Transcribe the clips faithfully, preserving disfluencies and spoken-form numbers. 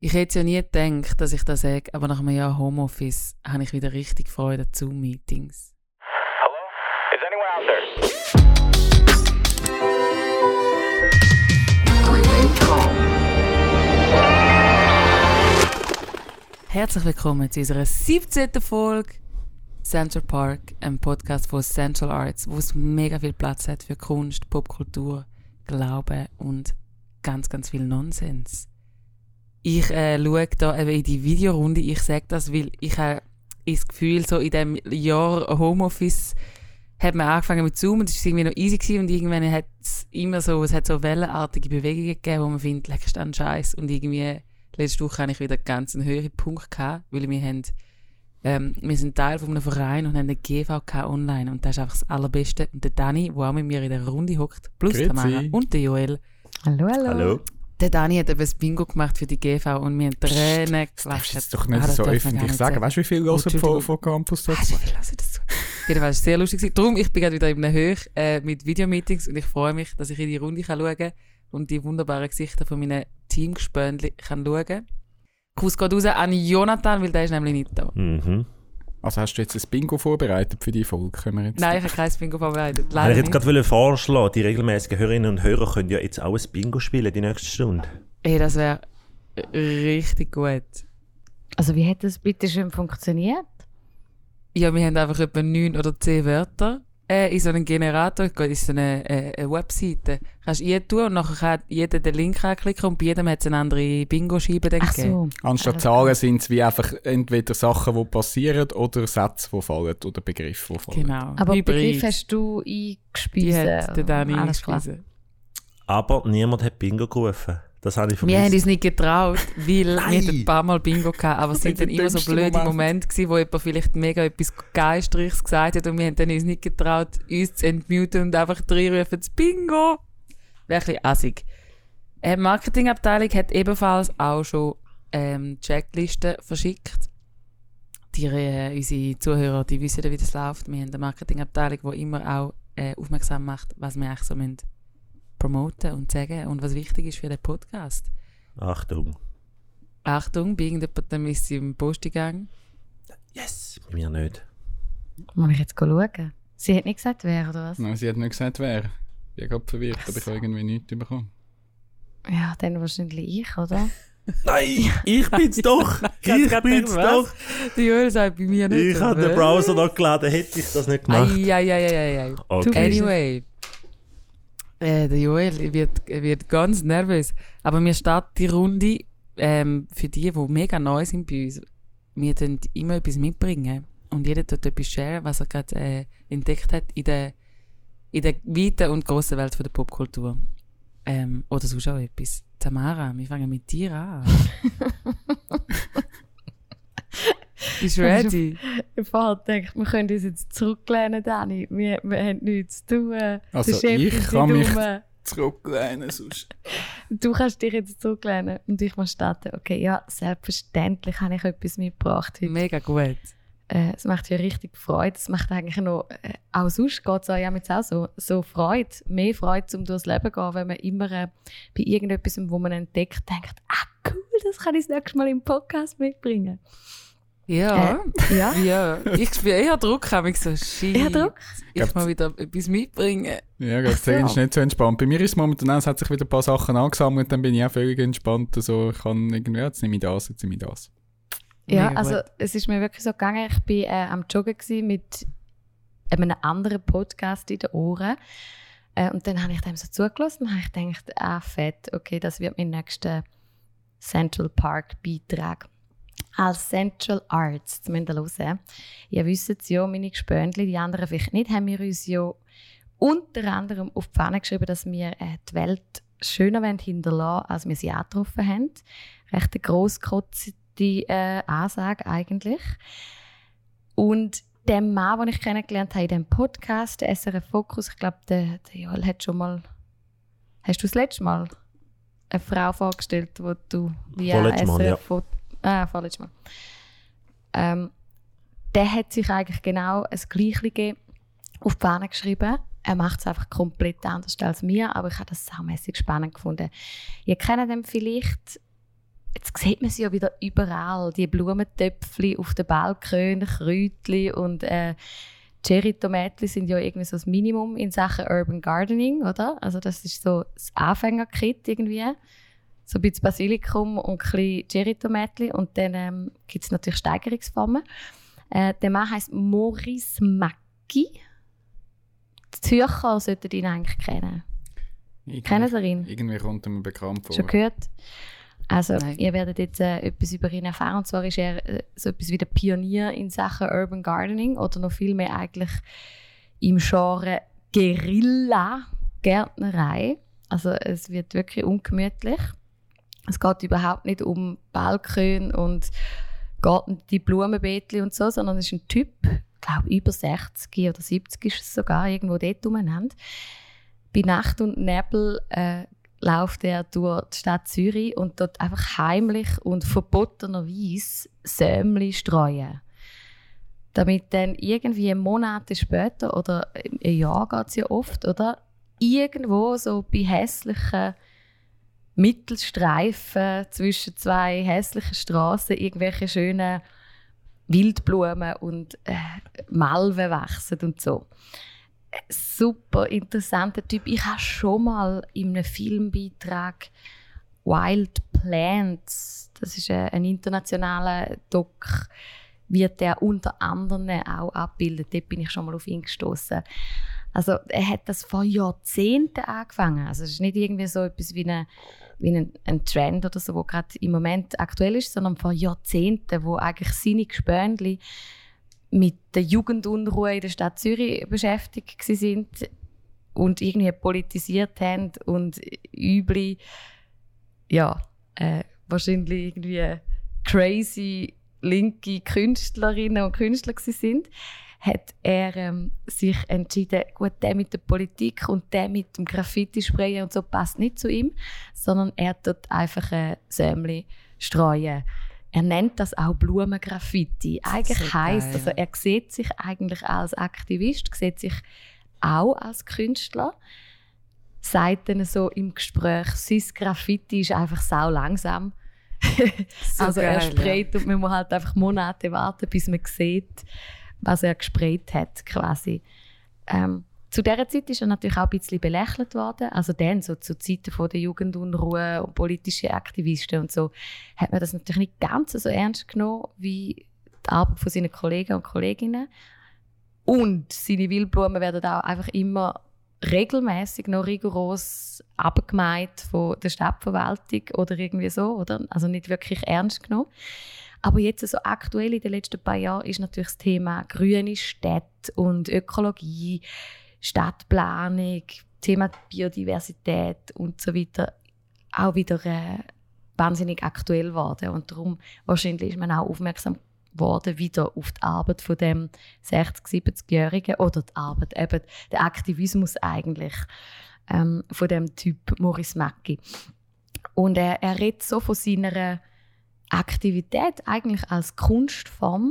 Ich hätte ja nie gedacht, dass ich das sage, aber nach einem Jahr Homeoffice habe ich wieder richtig Freude an Zoom-Meetings. Hello? Is anyone out there? Herzlich willkommen zu unserer siebzehnten Folge Central Park, einem Podcast von Central Arts, wo es mega viel Platz hat für Kunst, Popkultur, Glauben und ganz, ganz viel Nonsens. Ich äh, schaue da eben in die Videorunde, ich sage das, weil ich habe das Gefühl, so in diesem Jahr Homeoffice hat man angefangen mit Zoom und es war irgendwie noch easy gewesen und irgendwann hat es immer so, es hat so wellenartige Bewegungen gegeben, wo man findet, leckst an Scheiß und irgendwie letzte Woche hatte ich wieder ganz einen höheren Punkt gehabt, weil wir haben, ähm, wir sind Teil von einem Verein und haben eine G V K online und das ist einfach das Allerbeste. Und der Dani, der auch mit mir in der Runde hockt, plus Grüezi. Tamara und der Joel. Hallo, hallo. Hallo. Der Dani hat eben ein Bingo gemacht für die G V und wir haben Tränen Das gelacht. darfst du doch nicht Ah, das so darf man öffentlich gar nicht sagen. Weißt du, wie viele hören Entschuldigung. von, von Campus Weißt du, dazu? wie viel hören das zu? Jedenfalls war es sehr lustig. Darum, ich bin gerade wieder in einem Höch äh, mit Videomeetings und ich freue mich, dass ich in die Runde kann schauen kann und die wunderbaren Gesichter von meinen Teamgespönchen kann schauen kann. Kuss geht raus an Jonathan, weil der ist nämlich nicht da. Mhm. Also hast du jetzt ein Bingo vorbereitet für die Folge? Können wir jetzt Nein, ich habe kein Bingo vorbereitet. Wenn Leider ich jetzt nicht. gerade vorschlagen, die regelmäßigen Hörerinnen und Hörer können ja jetzt auch ein Bingo spielen die nächste Stunde. Hey, das wäre richtig gut. Also wie hat das bitte schön funktioniert? Ja, wir haben einfach etwa neun oder zehn Wörter äh, in so einen Generator, geht in so eine, äh, eine Webseite. Kannst du tun und nachher kann jeder den Link anklicken und bei jedem hat es eine andere Bingo-Scheibe dann Ach gegeben. so. Anstatt Alles Zahlen sind es wie einfach entweder Sachen, die passieren oder Sätze, die fallen oder Begriffe, die fallen. Genau. Aber Hybrid. Begriff hast du Die eingespielt. hat der Dani Alles klar. eingespielt. Aber niemand hat Bingo gerufen. Das habe ich Wir haben vermisst. uns nicht getraut, weil wir Nein. hatten ein paar Mal Bingo gehabt, aber es sind dann Der immer so dümmste blöde Moment. Momente gewesen, wo jemand vielleicht mega etwas Geistreiches gesagt hat und wir haben dann uns nicht getraut, uns zu entmuten und einfach reinrufen, das Bingo. Wäre ein bisschen assig. Die Marketingabteilung hat ebenfalls auch schon ähm, Checklisten verschickt. Die, äh, unsere Zuhörer, die wissen, wie das läuft. Wir haben eine Marketingabteilung, die immer auch äh, aufmerksam macht, was wir eigentlich so müssen promoten und sagen und was wichtig ist für den Podcast. Achtung. Achtung, bei irgendjemandem ist sie im Posteingang. Yes. Bei mir nicht. Muss ich jetzt schauen? Sie hat nicht gesagt, wer oder was? Nein, sie hat nicht gesagt, wer. Ich bin gerade verwirrt, aber ich habe irgendwie nichts bekommen. Ja, dann wahrscheinlich ich, oder? Nein, ich bin's doch. ich bin's doch. Die Joel sagt bei mir nicht. Ich habe den Browser noch geladen, hätte ich das nicht gemacht. Eieieiei. Okay. Anyway. Äh, der Joel wird, wird ganz nervös. Aber wir starten die Runde ähm, für die, die mega neu sind bei uns. Wir tun immer etwas mitbringen. Und jeder tut etwas share, was er gerade äh, entdeckt hat in der, in der weiten und grossen Welt von der Popkultur. Ähm, oder sonst auch etwas. Tamara, wir fangen mit dir an. Bist du ready? Ich habe gedacht, wir können uns jetzt zurücklehnen, Dani. Wir, wir haben nichts zu tun. Also Der Chef ich ist kann nicht mich- rum. Zurücklehnen sonst. Du kannst dich jetzt zurücklehnen und ich muss starten. Okay, ja, selbstverständlich habe ich etwas mitgebracht heute. Mega gut. Äh, es macht ja richtig Freude. Es macht eigentlich noch, äh, auch sonst geht es ja jetzt auch so, so Freude, mehr Freude, um durchs Leben zu gehen, wenn man immer äh, bei irgendetwas, wo man entdeckt, denkt, ah cool, das kann ich das nächste Mal im Podcast mitbringen. Ja. Äh, ja, Ja, ich spüre eher Druck, habe ich so, shit. eher Druck. Ich Glaub, mal wieder etwas mitbringen. Ja, gerade so. ist nicht so entspannt. Bei mir ist es momentan auch, es hat sich wieder ein paar Sachen angesammelt, dann bin ich auch völlig entspannt. Also ich kann irgendwie, ja, jetzt nehme ich das, jetzt nehme ich das. Ja, Mega also gut. es ist mir wirklich so gegangen, ich war äh, am Joggen gewesen mit einem anderen Podcast in den Ohren. Äh, und dann habe ich dem so zugelassen und habe ich gedacht, ah fett, okay, das wird mein nächster Central Park Beitrag. Als Central Arts, das müsst ihr hören. Ihr wisst es ja, meine Gespönchen, die anderen vielleicht nicht, haben wir uns ja unter anderem auf die Fahne geschrieben, dass wir äh, die Welt schöner hinterlassen wollen, als wir sie angetroffen haben. Recht eine grosskotzige äh, Ansage eigentlich. Und der Mann, den ich kennengelernt habe in diesem Podcast, der S R F Fokus, ich glaube, der, der Joel hat schon mal, hast du das letzte Mal eine Frau vorgestellt, die du via Vorletztes Mal, S R F Fokus, ah, vorletztes Mal. Ähm, der hat sich eigentlich genau das Gleiche auf die Fahne geschrieben. Er macht es einfach komplett anders als mir, aber ich habe das saumässig spannend gefunden. Ihr kennt ihn vielleicht jetzt sieht man sie ja wieder überall. Die Blumentöpfchen auf den Balkon, Kräutchen und äh, Cherry-Tomaten sind ja irgendwie so das Minimum in Sachen Urban Gardening, oder? Also das ist so das Anfänger-Kit irgendwie. So ein bisschen Basilikum und ein bisschen Cherry-Tomaten. Und dann ähm, gibt es natürlich Steigerungsformen. Äh, der Mann heisst Maurice Macchi. Die Zürcher sollten ihn eigentlich kennen. Irgendwie, Kennen Sie ihn? Irgendwie kommt er mir bekannt vor. Schon gehört? Also, Nein. ihr werdet jetzt äh, etwas über ihn erfahren. Und zwar ist er äh, so etwas wie der Pionier in Sachen Urban Gardening oder noch viel mehr eigentlich im Genre Guerilla-Gärtnerei. Also, es wird wirklich ungemütlich. Es geht überhaupt nicht um Balkon und Garten, die Blumenbeetchen und so, sondern es ist ein Typ, ich glaube über sechzig oder siebzig ist es sogar, irgendwo dort umeinander. Bei Nacht und Nebel äh, läuft er durch die Stadt Zürich und dort einfach heimlich und verbotenerweise Sämli streuen. Damit dann irgendwie Monate später oder ein Jahr geht es ja oft, oder? Irgendwo so bei hässlichen Mittelstreifen zwischen zwei hässlichen Straßen irgendwelche schönen Wildblumen und äh, Malven wachsen und so. Super interessanter Typ. Ich habe schon mal in einem Filmbeitrag Wild Plants, das ist ein, ein internationaler Doc, wird der unter anderem auch abbildet. Dort bin ich schon mal auf ihn gestoßen. Also er hat das vor Jahrzehnten angefangen. Also es ist nicht irgendwie so etwas wie, eine, wie ein, ein Trend oder so, der gerade im Moment aktuell ist, sondern vor Jahrzehnten, wo eigentlich seine Gespönli mit der Jugendunruhe in der Stadt Zürich beschäftigt sind und irgendwie politisiert haben und üble, ja, äh, wahrscheinlich irgendwie crazy linke Künstlerinnen und Künstler sind, hat er ähm, sich entschieden, gut, der mit der Politik und der mit dem Graffiti-Sprayen und so passt nicht zu ihm, sondern er tut einfach ein Sämli streuen. Er nennt das auch Blumengraffiti. Eigentlich so heisst, geil. also er sieht sich eigentlich als Aktivist, sieht sich auch als Künstler, sagt dann so im Gespräch, sein Graffiti ist einfach sau langsam. So also er geil, sprayt und man muss halt einfach Monate warten, bis man sieht, was er gesprayt hat, quasi. Ähm, zu dieser Zeit ist er natürlich auch ein bisschen belächelt worden. Also dann, so zu Zeiten von der Jugendunruhe und politische Aktivisten und so, hat man das natürlich nicht ganz so ernst genommen wie die Arbeit von seinen Kollegen und Kolleginnen. Und seine Wildblumen werden auch einfach immer regelmäßig noch rigoros abgemeint von der Stadtverwaltung oder irgendwie so, oder? Also nicht wirklich ernst genommen. Aber jetzt so aktuell in den letzten paar Jahren ist natürlich das Thema grüne Städte und Ökologie, Stadtplanung, Thema Biodiversität und so weiter auch wieder äh, wahnsinnig aktuell geworden. Und darum wahrscheinlich ist man auch aufmerksam geworden wieder auf die Arbeit von dem sechzig-, siebzigjährigen oder die Arbeit, eben der Aktivismus eigentlich ähm, von dem Typ Maurice Macchi. Und er, er redet so von seiner Aktivität eigentlich als Kunstform,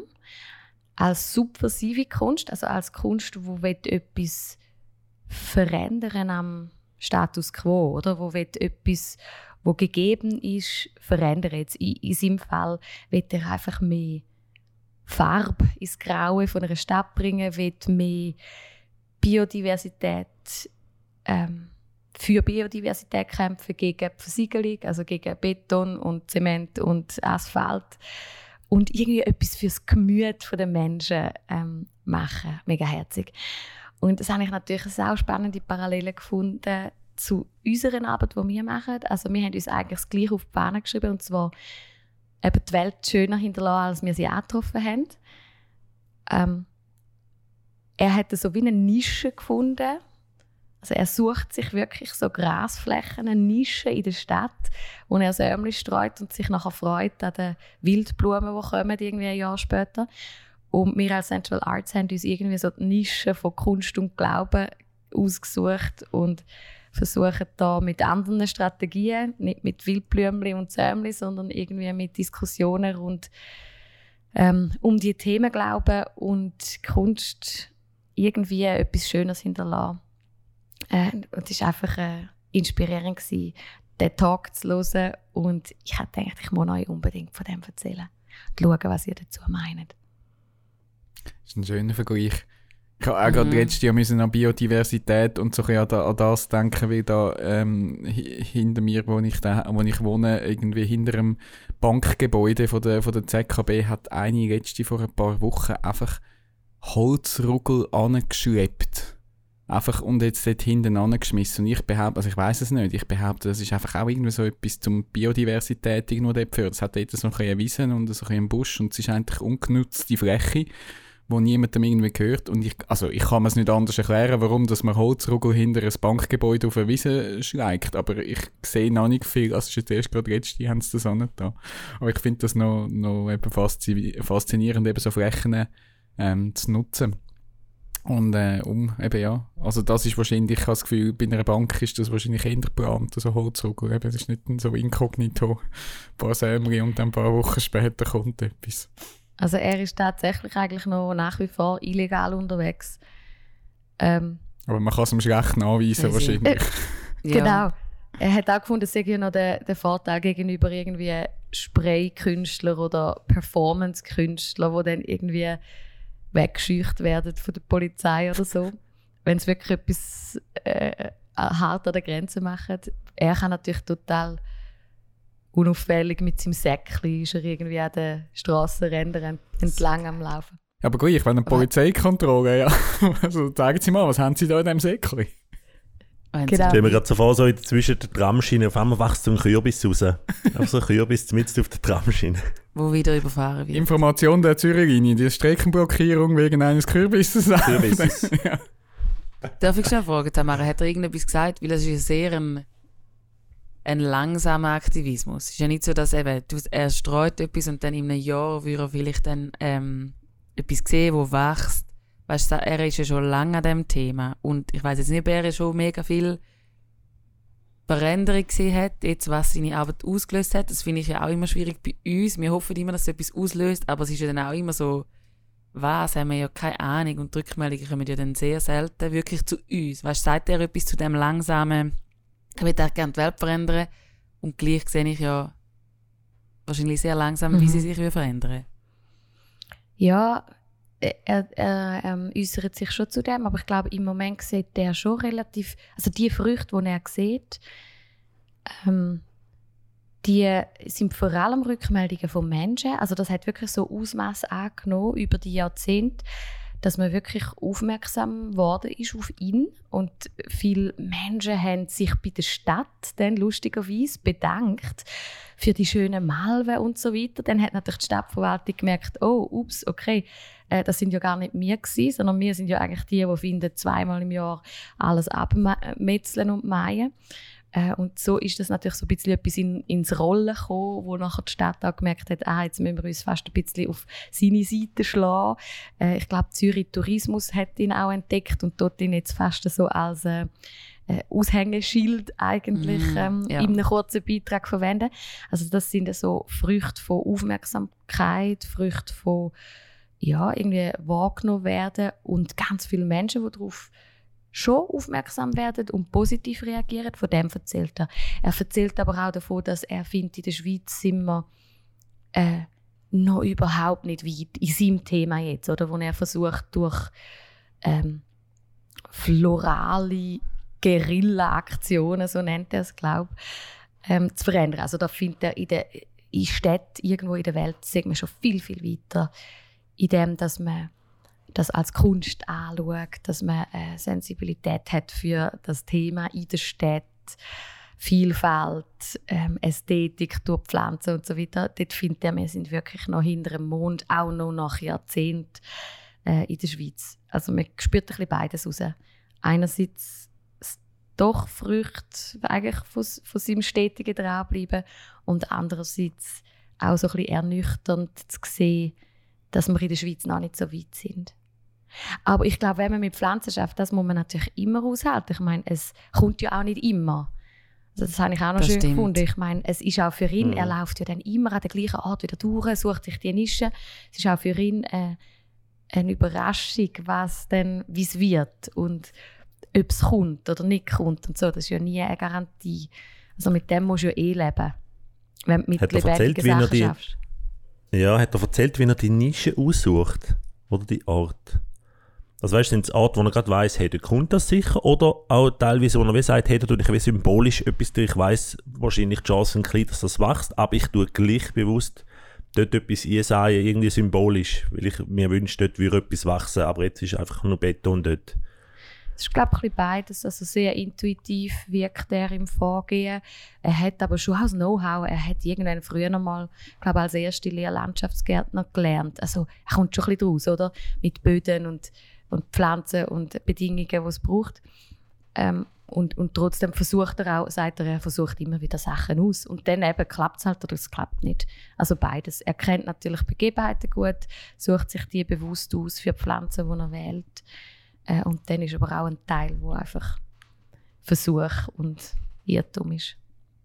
als subversive Kunst, also als Kunst, wo etwas verändern am Status quo, oder wo etwas, wo gegeben ist, verändern. Jetzt in, in seinem Fall will er einfach mehr Farbe ins Graue von einer Stadt bringen, will mehr Biodiversität, ähm, für Biodiversität kämpfen, gegen die Versiegelung, also gegen Beton und Zement und Asphalt. Und irgendwie etwas fürs Gemüt der Menschen ähm, machen. Mega herzig. Und das habe ich natürlich eine sehr spannende Parallele gefunden zu unserer Arbeit, die wir machen. Also wir haben uns eigentlich das Gleiche auf die Fahne geschrieben, und zwar eben die Welt schöner hinterlassen, als wir sie angetroffen haben. Ähm, er hat so wie eine Nische gefunden. Also er sucht sich wirklich so Grasflächen, eine Nische in der Stadt, wo er Sämli streut und sich nachher freut an den Wildblumen, die kommen, irgendwie ein Jahr später. Und wir als Central Arts haben uns irgendwie so die Nische von Kunst und Glauben ausgesucht und versuchen da mit anderen Strategien, nicht mit Wildblümchen und Sämli, sondern irgendwie mit Diskussionen rund ähm, um die Themen Glauben und Kunst irgendwie etwas Schönes hinterlassen. Äh, und es war einfach äh, inspirierend gewesen, den Talk zu hören. Und ich habe gedacht, ich muss euch unbedingt von dem erzählen. Und schauen, was ihr dazu meint. Das ist ein schöner Vergleich. Ich habe auch Mhm. gerade letztes Jahr müssen an Biodiversität und so ein bisschen an, da, an das denken, weil da ähm, hi- hinter mir, wo ich, da, wo ich wohne, irgendwie hinter einem Bankgebäude von der, von der Z K B, hat eine letzte vor ein paar Wochen einfach Holzrugel angeschleppt. Einfach und jetzt dort hinten angeschmissen. Und ich behaupte, also ich weiss es nicht, ich behaupte, das ist einfach auch irgendwie so etwas zum Biodiversität irgendwo dort geführt. Es hat dort so ein bisschen eine Wiese und so ein bisschen einen Busch und es ist eigentlich ungenutzte Fläche, wo niemandem irgendwie gehört. Und ich, also ich kann mir es nicht anders erklären, warum dass man Holzrugel hinter ein Bankgebäude auf eine Wiese schlägt, aber ich sehe noch nicht viel, also es ist jetzt erst gerade letzte, haben sie das auch nicht da. Aber ich finde das noch, noch eben faszi- faszinierend, eben so Flächen ähm, zu nutzen. Und äh, um, eben ja, also das ist wahrscheinlich, ich habe das Gefühl, bei einer Bank ist das wahrscheinlich eher geplant, so Holzrugel, eben, es ist nicht so inkognito, ein paar Sämli und dann ein paar Wochen später kommt etwas. Also er ist tatsächlich eigentlich noch nach wie vor illegal unterwegs. Ähm, Aber man kann es ihm schlecht nachweisen, Easy. wahrscheinlich. Ja. Genau. Er hat auch gefunden, es sei ja noch der, der Vorteil gegenüber irgendwie Spray-Künstler oder Performance-Künstler, die dann irgendwie weggescheucht werden von der Polizei oder so. Wenn sie wirklich etwas äh, hart an der Grenze machen. Er kann natürlich total unauffällig mit seinem Säckchen ist er irgendwie an den Strassenrändern entlang am Laufen. Ja, aber gut, ich will eine Polizeikontrolle, ja. Also zeigen Sie mal, was haben Sie da in diesem Säckchen? Wenn Genau. sie- Stell mir gerade so vor, so in- zwischen der Tramschiene, auf einmal wächst so ein Kürbis raus. Einfach so ein Kürbis mitten auf der Tramschiene. Wo wieder überfahren wird. Information der Zürich-Linie, die Streckenblockierung wegen eines Kürbisses. Kürbisses. Ja. Darf ich schon fragen, Tamara, hat er irgendetwas gesagt? Weil es ist ja sehr ein, ein langsamer Aktivismus. Es ist ja nicht so, dass eben, du, er streut etwas und dann in einem Jahr würde er vielleicht dann ähm, etwas sehen, wo wächst. Weißt du, er ist ja schon lange an diesem Thema. Und ich weiß jetzt nicht, ob er schon mega viel Veränderung gesehen hat, jetzt was seine Arbeit ausgelöst hat. Das finde ich ja auch immer schwierig bei uns. Wir hoffen immer, dass es etwas auslöst, aber es ist ja dann auch immer so, was, haben wir ja keine Ahnung. Und die Rückmeldungen kommen ja dann sehr selten wirklich zu uns. Weißt du, sagt er etwas zu dem langsamen, ich würde auch gerne die Welt verändern und gleich sehe ich ja wahrscheinlich sehr langsam, wie Mhm. sie sich verändern. Ja, er, er ähm, äußert sich schon zu dem, aber ich glaube, im Moment sieht er schon relativ, also die Früchte, die er sieht, ähm, die sind vor allem Rückmeldungen von Menschen. Also das hat wirklich so Ausmaß angenommen über die Jahrzehnte, dass man wirklich aufmerksam geworden ist auf ihn. Und viele Menschen haben sich bei der Stadt dann lustigerweise bedankt für die schönen Malven und so weiter. Dann hat natürlich die Stadtverwaltung gemerkt, oh, ups, okay, äh, das sind ja gar nicht wir gewesen, sondern wir sind ja eigentlich die, die finden, zweimal im Jahr alles abmetzeln und mähen. Äh, und so ist das natürlich so ein bisschen etwas in, ins Rollen gekommen, wo nachher die Stadt auch gemerkt hat, ah, jetzt müssen wir uns fast ein bisschen auf seine Seite schlagen. Äh, ich glaube, Zürich Tourismus hat ihn auch entdeckt und dort ihn jetzt fast so als äh, äh, Aushängeschild eigentlich Mhm, ähm, ja. in einem kurzen Beitrag verwenden. Also das sind so Früchte von Aufmerksamkeit, Früchte von ja, irgendwie wahrgenommen werden und ganz viele Menschen, die darauf schon aufmerksam werden und positiv reagieren. Von dem erzählt er. Er erzählt aber auch davon, dass er findet, in der Schweiz sind wir äh, noch überhaupt nicht weit in seinem Thema jetzt, oder, wo er versucht, durch ähm, florale Guerilla-Aktionen, so nennt er es, glaube ich, ähm, zu verändern. Also da findet er in der in Städten irgendwo in der Welt sieht man schon viel, viel weiter in dem, dass man das als Kunst anschaut, dass man eine Sensibilität hat für das Thema in der Stadt, Vielfalt, ähm, Ästhetik durch Pflanzen und so weiter. Dort findet er, wir sind wirklich noch hinter dem Mond, auch noch nach Jahrzehnten äh, in der Schweiz. Also man spürt ein bisschen beides raus. Einerseits doch Früchte eigentlich von, von seinem stetigen Dranbleiben und andererseits auch so ein bisschen ernüchternd zu sehen, dass wir in der Schweiz noch nicht so weit sind. Aber ich glaube, wenn man mit Pflanzen schafft, das muss man natürlich immer aushalten. Ich meine, es kommt ja auch nicht immer. Also das habe ich auch noch Das schön stimmt. gefunden. Ich meine, es ist auch für ihn, Mhm. er läuft ja dann immer an der gleichen Art wieder durch, sucht sich die Nische. Es ist auch für ihn äh, eine Überraschung, was denn, wie es wird und ob es kommt oder nicht kommt und so. Das ist ja nie eine Garantie. Also mit dem musst du ja eh leben, wenn du mit Hat er lebendigen erzählt, wie er Sachen die- schaffst. Ja, hat er erzählt, wie er die Nische aussucht? Oder die Art? Also weißt du, sind es Art, wo er gerade weiss, hey, da kommt das sicher? Oder auch teilweise, wo er wie sagt, hey, da tue ich wie symbolisch etwas durch. Ich weiss wahrscheinlich die Chance sind klein, dass das wächst, aber ich tue gleich bewusst dort etwas einsäen, irgendwie symbolisch, weil ich mir wünsche, dort würde etwas wachsen, aber jetzt ist einfach nur Beton dort. Es ist, glaube ich, ein bisschen beides. Also sehr intuitiv wirkt er im Vorgehen. Er hat aber schon auch das Know-how. Er hat irgendwann früher noch mal, glaube als erste Lehre Landschaftsgärtner gelernt. Also er kommt schon ein bisschen draus, oder? Mit Böden und, und Pflanzen und Bedingungen, die es braucht. Ähm, und, und trotzdem versucht er auch, sagt er, er versucht immer wieder Sachen aus. Und dann eben klappt es halt oder es klappt nicht. Also beides. Er kennt natürlich Begebenheiten gut, sucht sich die bewusst aus für die Pflanzen, die er wählt. Äh, und dann ist aber auch ein Teil, wo einfach Versuch und Irrtum ist.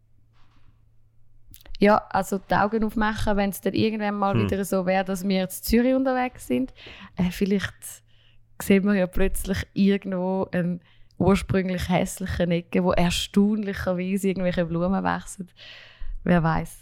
Ja, also die Augen aufmachen, wenn es dann irgendwann mal Hm. wieder so wäre, dass wir jetzt in Zürich unterwegs sind. Äh, vielleicht sehen wir ja plötzlich irgendwo einen ursprünglich hässlichen Ecke, wo erstaunlicherweise irgendwelche Blumen wachsen. Wer weiß.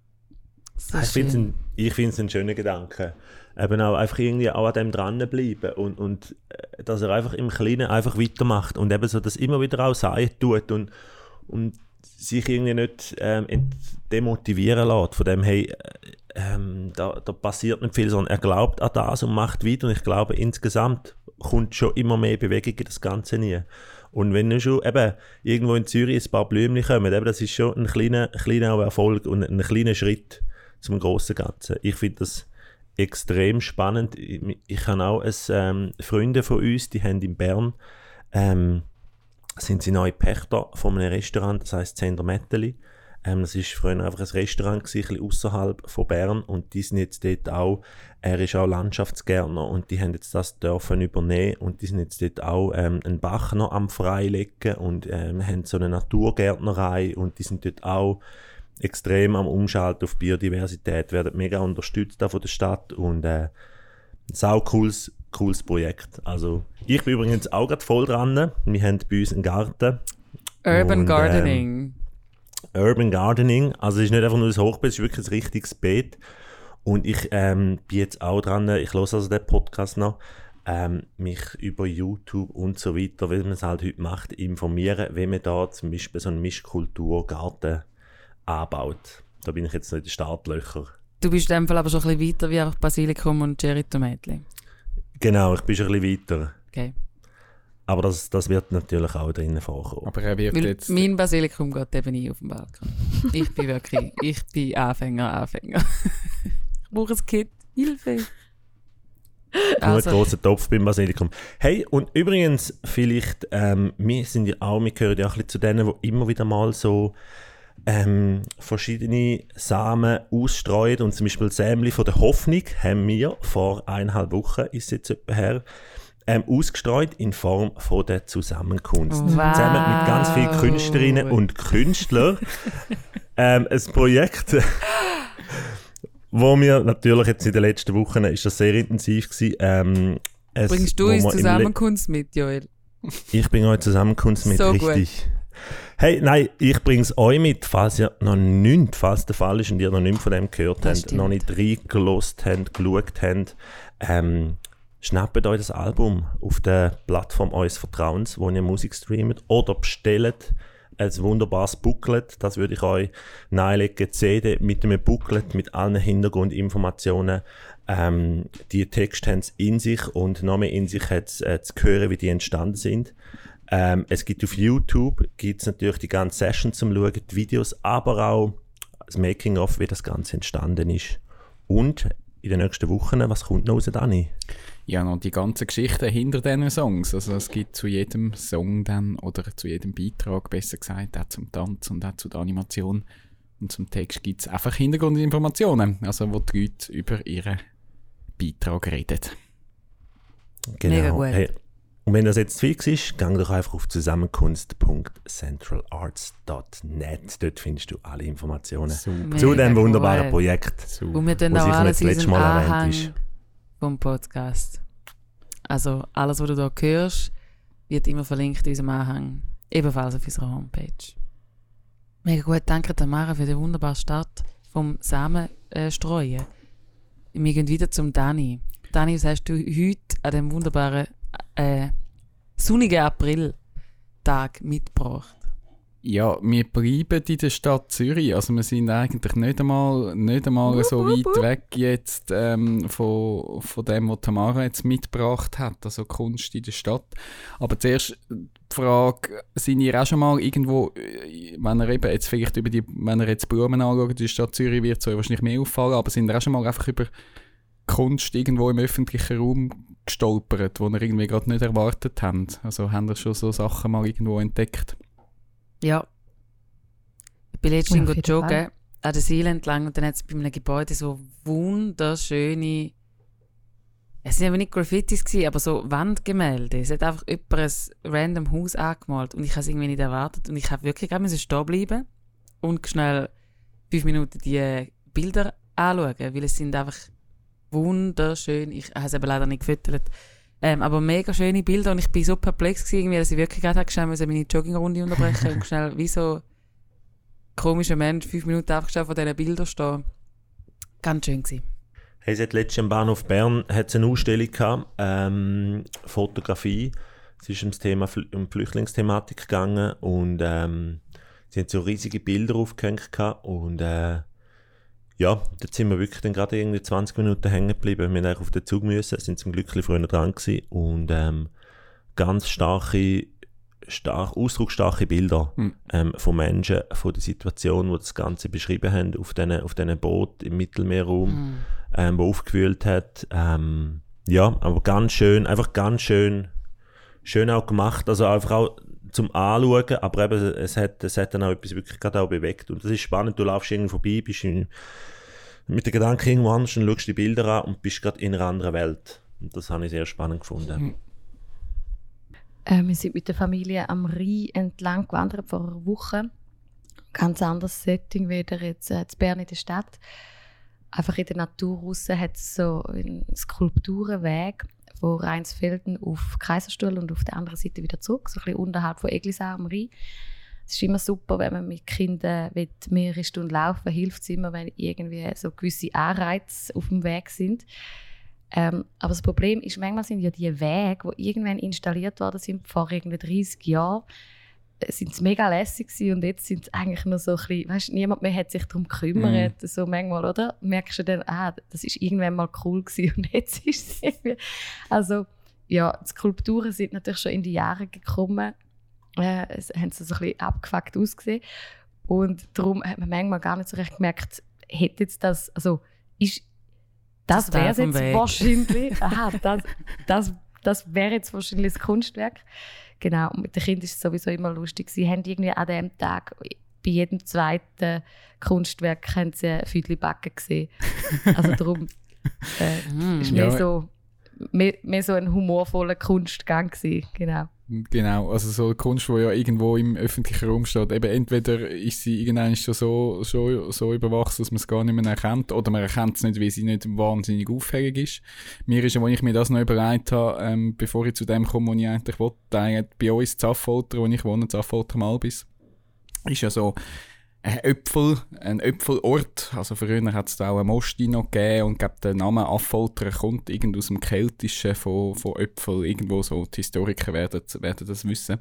So Ich finde es schön. ein, ich find's ein schöner Gedanke. Eben auch einfach irgendwie auch an dem dranbleiben und, und äh, dass er einfach im Kleinen einfach weitermacht und eben so das immer wieder auch sein tut und, und sich irgendwie nicht ähm, ent- demotivieren lässt von dem, hey, äh, ähm, da, da passiert nicht viel, sondern er glaubt an das und macht weiter und ich glaube, insgesamt kommt schon immer mehr Bewegung in das Ganze nie. Und wenn du schon eben irgendwo in Zürich ein paar Blümchen kommen, eben, das ist schon ein kleiner, kleiner auch Erfolg und ein kleiner Schritt zum grossen Ganzen. Ich finde das extrem spannend. Ich, ich habe auch ein, ähm, Freunde von uns, die haben in Bern, ähm, sind sie neue Pächter von einem Restaurant, das heisst Zender Metteli. Ähm, das war früher einfach ein Restaurant, gewesen, ein bisschen ausserhalb von Bern und die sind jetzt dort auch, er ist auch Landschaftsgärtner und die haben jetzt das dürfen übernehmen und die sind jetzt dort auch ähm, einen Bach noch am Freilegen und ähm, haben so eine Naturgärtnerei und die sind dort auch extrem am Umschalten auf Biodiversität, werden mega unterstützt da von der Stadt und äh, ein sau cooles, cooles Projekt. Also ich bin übrigens auch gerade voll dran. Wir haben bei uns einen Garten. Urban Und, Gardening. Ähm, Urban Gardening, also es ist nicht einfach nur ein Hochbeet, es ist wirklich ein richtiges Beet. Und ich ähm, bin jetzt auch dran, ich höre also den Podcast noch, ähm, mich über YouTube und so weiter, wie man es halt heute macht, informieren, wie man da zum Beispiel so einen Mischkulturgarten anbaut. Da bin ich jetzt noch in den Startlöchern. Du bist in dem Fall aber schon ein bisschen weiter wie einfach Basilikum und Cherry-Tomatli. Genau, ich bin schon ein bisschen weiter. Okay. Aber das, das wird natürlich auch drinnen vorkommen. Aber er wird Weil jetzt... mein Basilikum geht eben nie auf den Balkon. Ich bin wirklich, ich bin Anfänger, Anfänger. Ich brauche ein Kit. Hilfe. Nur Also, einen grossen Topf beim Basilikum. Hey, und übrigens, vielleicht, ähm, wir sind ja auch, wir gehören ja auch ein bisschen zu denen, die immer wieder mal so ähm, verschiedene Samen ausstreuen. Und zum Beispiel Sämli von der Hoffnung haben wir vor eineinhalb Wochen, ist es jetzt etwa her, ähm, ausgestreut in Form von der Zusammenkunft. Wow. Zusammen mit ganz vielen Künstlerinnen und Künstlern. ähm, ein Projekt, wo wir natürlich jetzt in den letzten Wochen, ist das sehr intensiv gewesen, ähm, es, bringst du wo uns wir im Le- Zusammenkunft mit, Joel? Ich bringe euch Zusammenkunft mit, So gut. richtig. Hey, nein, ich bringe es euch mit, falls ihr noch nichts, falls der Fall ist und ihr noch nichts von dem gehört Das habt, stimmt. noch nicht reingelost habt, geschaut habt, ähm, schnappt euch das Album auf der Plattform eures Vertrauens, wo ihr Musik streamt, oder bestellt ein wunderbares Booklet, das würde ich euch nahelegen, C D mit einem Booklet mit allen Hintergrundinformationen. Ähm, die Texte haben es in sich und noch mehr in sich hat es äh, zu hören, wie die entstanden sind. Ähm, es gibt auf YouTube gibt's natürlich die ganze Session zum Schauen, die Videos, aber auch das Making-of, wie das Ganze entstanden ist. Und in den nächsten Wochen, was kommt noch raus, Dani? Ja, noch die ganze Geschichte hinter diesen Songs. Also es gibt zu jedem Song dann, oder zu jedem Beitrag, besser gesagt, auch zum Tanz und auch zu der Animation und zum Text gibt es einfach Hintergrundinformationen, also wo die Leute über ihren Beitrag reden. Mega gut. Hey, und wenn das jetzt fix ist, gang doch einfach auf zusammenkunst punkt centralarts punkt net. Dort findest du alle Informationen Super. zu Mega diesem wunderbaren gut. Projekt, Super. Und wir tun wo auch sicher nicht alles das in letzte unserem Mal erwähnt Anhang ist. vom Podcast. Also alles, was du hier hörst, wird immer verlinkt in unserem Anhang. Ebenfalls auf unserer Homepage. Mega gut, danke Tamara für den wunderbaren Start vom Samen äh, streuen. Wir gehen wieder zum Dani. Dani, was hast du heute an dem wunderbaren äh, sonnigen Apriltag mitgebracht? Ja, wir bleiben in der Stadt Zürich. Also wir sind eigentlich nicht einmal, nicht einmal Wup, so wup, weit wup. weg jetzt ähm, von, von dem, was Tamara jetzt mitgebracht hat, also Kunst in der Stadt. Aber zuerst die Frage, sind ihr auch schon mal irgendwo, äh, wenn ihr eben jetzt vielleicht über die, wenn ihr jetzt Blumen anschaut, in der Stadt Zürich wird es euch wahrscheinlich mehr auffallen, aber sind ihr auch schon mal einfach über Kunst irgendwo im öffentlichen Raum gestolpert, wo ihr irgendwie gerade nicht erwartet habt? Also haben ihr schon so Sachen mal irgendwo entdeckt? Ja. Ich bin Ja, letztens auf jeden joggen Fall. an der Seele entlang und dann hat es bei einem Gebäude so wunderschöne, es sind aber nicht Graffitis gewesen, aber so Wandgemälde. Es hat einfach jemand ein random Haus angemalt und ich habe es irgendwie nicht erwartet und ich habe wirklich gerade müssen stehen bleiben und schnell fünf Minuten die Bilder anschauen, weil es sind einfach wunderschön. Ich habe es eben leider nicht gefüttert. Ähm, aber mega schöne Bilder und ich bin so perplex gewesen, irgendwie, dass ich wirklich gerade schnell musste meine Joggingrunde unterbrechen und schnell wie so komischer Mensch fünf Minuten einfach schnell vor diesen Bildern stehen. Ganz schön gewesen. Hey, seit letztem am Bahnhof Bern hat es eine Ausstellung gehabt, ähm, Fotografie. Es ist um das Thema Fl- um Flüchtlingsthematik gegangen und ähm, sie haben so riesige Bilder aufgehängt gehabt und äh, ja, dort sind wir wirklich dann gerade irgendwie zwanzig Minuten hängen geblieben. Wir mussten eigentlich auf den Zug müssen, sind zum Glück ein bisschen früher dran gewesen und ähm, ganz starke, stark, ausdrucksstarke Bilder Mhm. ähm, von Menschen, von der Situation, die das Ganze beschrieben haben, auf diesen auf diesen Booten im Mittelmeerraum, Mm. ähm, wo aufgewühlt hat. Ähm, ja, aber ganz schön, einfach ganz schön, schön auch gemacht, also einfach auch zum Anschauen, aber eben, es hat, es hat dann auch etwas wirklich gerade auch bewegt und das ist spannend, du laufst irgendwie vorbei, bist in, mit den Gedanken irgendwo anders und schaust die Bilder an und bist gerade in einer anderen Welt und das habe ich sehr spannend gefunden. Mhm. Äh, wir sind mit der Familie am Rhein entlang gewandert vor einer Woche. Ganz anderes Setting wieder jetzt äh, in Bern in der Stadt. Einfach in der Natur raus hat es so einen Skulpturenweg von Rheinsfelden auf Kaiserstuhl und auf der anderen Seite wieder zurück, so ein bisschen unterhalb von Eglisau am Rhein. Es ist immer super, wenn man mit Kindern mehrere Stunden laufen, hilft es immer, wenn irgendwie so gewisse Anreize auf dem Weg sind. Ähm, aber das Problem ist, manchmal sind ja die Wege, die irgendwann installiert worden sind, vor irgendwie dreißig Jahren, äh, sind es mega lässig gewesen und jetzt sind es eigentlich nur so ein bisschen, weißt, niemand mehr hat sich darum gekümmert, Mhm. so manchmal, oder? Merkst du dann, ah, das ist irgendwann mal cool gewesen und jetzt ist es irgendwie, also ja, die Skulpturen sind natürlich schon in die Jahre gekommen, äh, es haben so ein bisschen abgefuckt ausgesehen und darum hat man manchmal gar nicht so recht gemerkt, hätte jetzt das, also ist das Das wäre Teil vom jetzt Weg. wahrscheinlich, aha, das, das, das wäre jetzt wahrscheinlich das Kunstwerk. Genau, und mit den Kindern ist es sowieso immer lustig. Sie haben irgendwie an dem Tag, bei jedem zweiten Kunstwerk, haben sie ein Füdli backen gesehen. Also darum äh, Mm. ist mehr, Ja. so, mehr, mehr so ein humorvoller Kunstgang gewesen. Genau. Genau, also so eine Kunst, die ja irgendwo im öffentlichen Raum steht, eben entweder ist sie irgendwann schon so, so, so überwachsen, dass man es gar nicht mehr erkennt, oder man erkennt es nicht, weil sie nicht wahnsinnig auffällig ist. Mir ist, als ich mir das noch überlegt habe, ähm, bevor ich zu dem komme, wo ich eigentlich wollte, eigentlich bei uns in Affolter, wo ich wohne, in Affolter Malbis, ist ja so ein Öpfel, ein Öpfelort. Also früher hat es da auch einen Mosti noch gegeben und ich glaube, der Name Affolter kommt irgend aus dem Keltischen von, von Öpfel, irgendwo so, die Historiker werden, werden das wissen.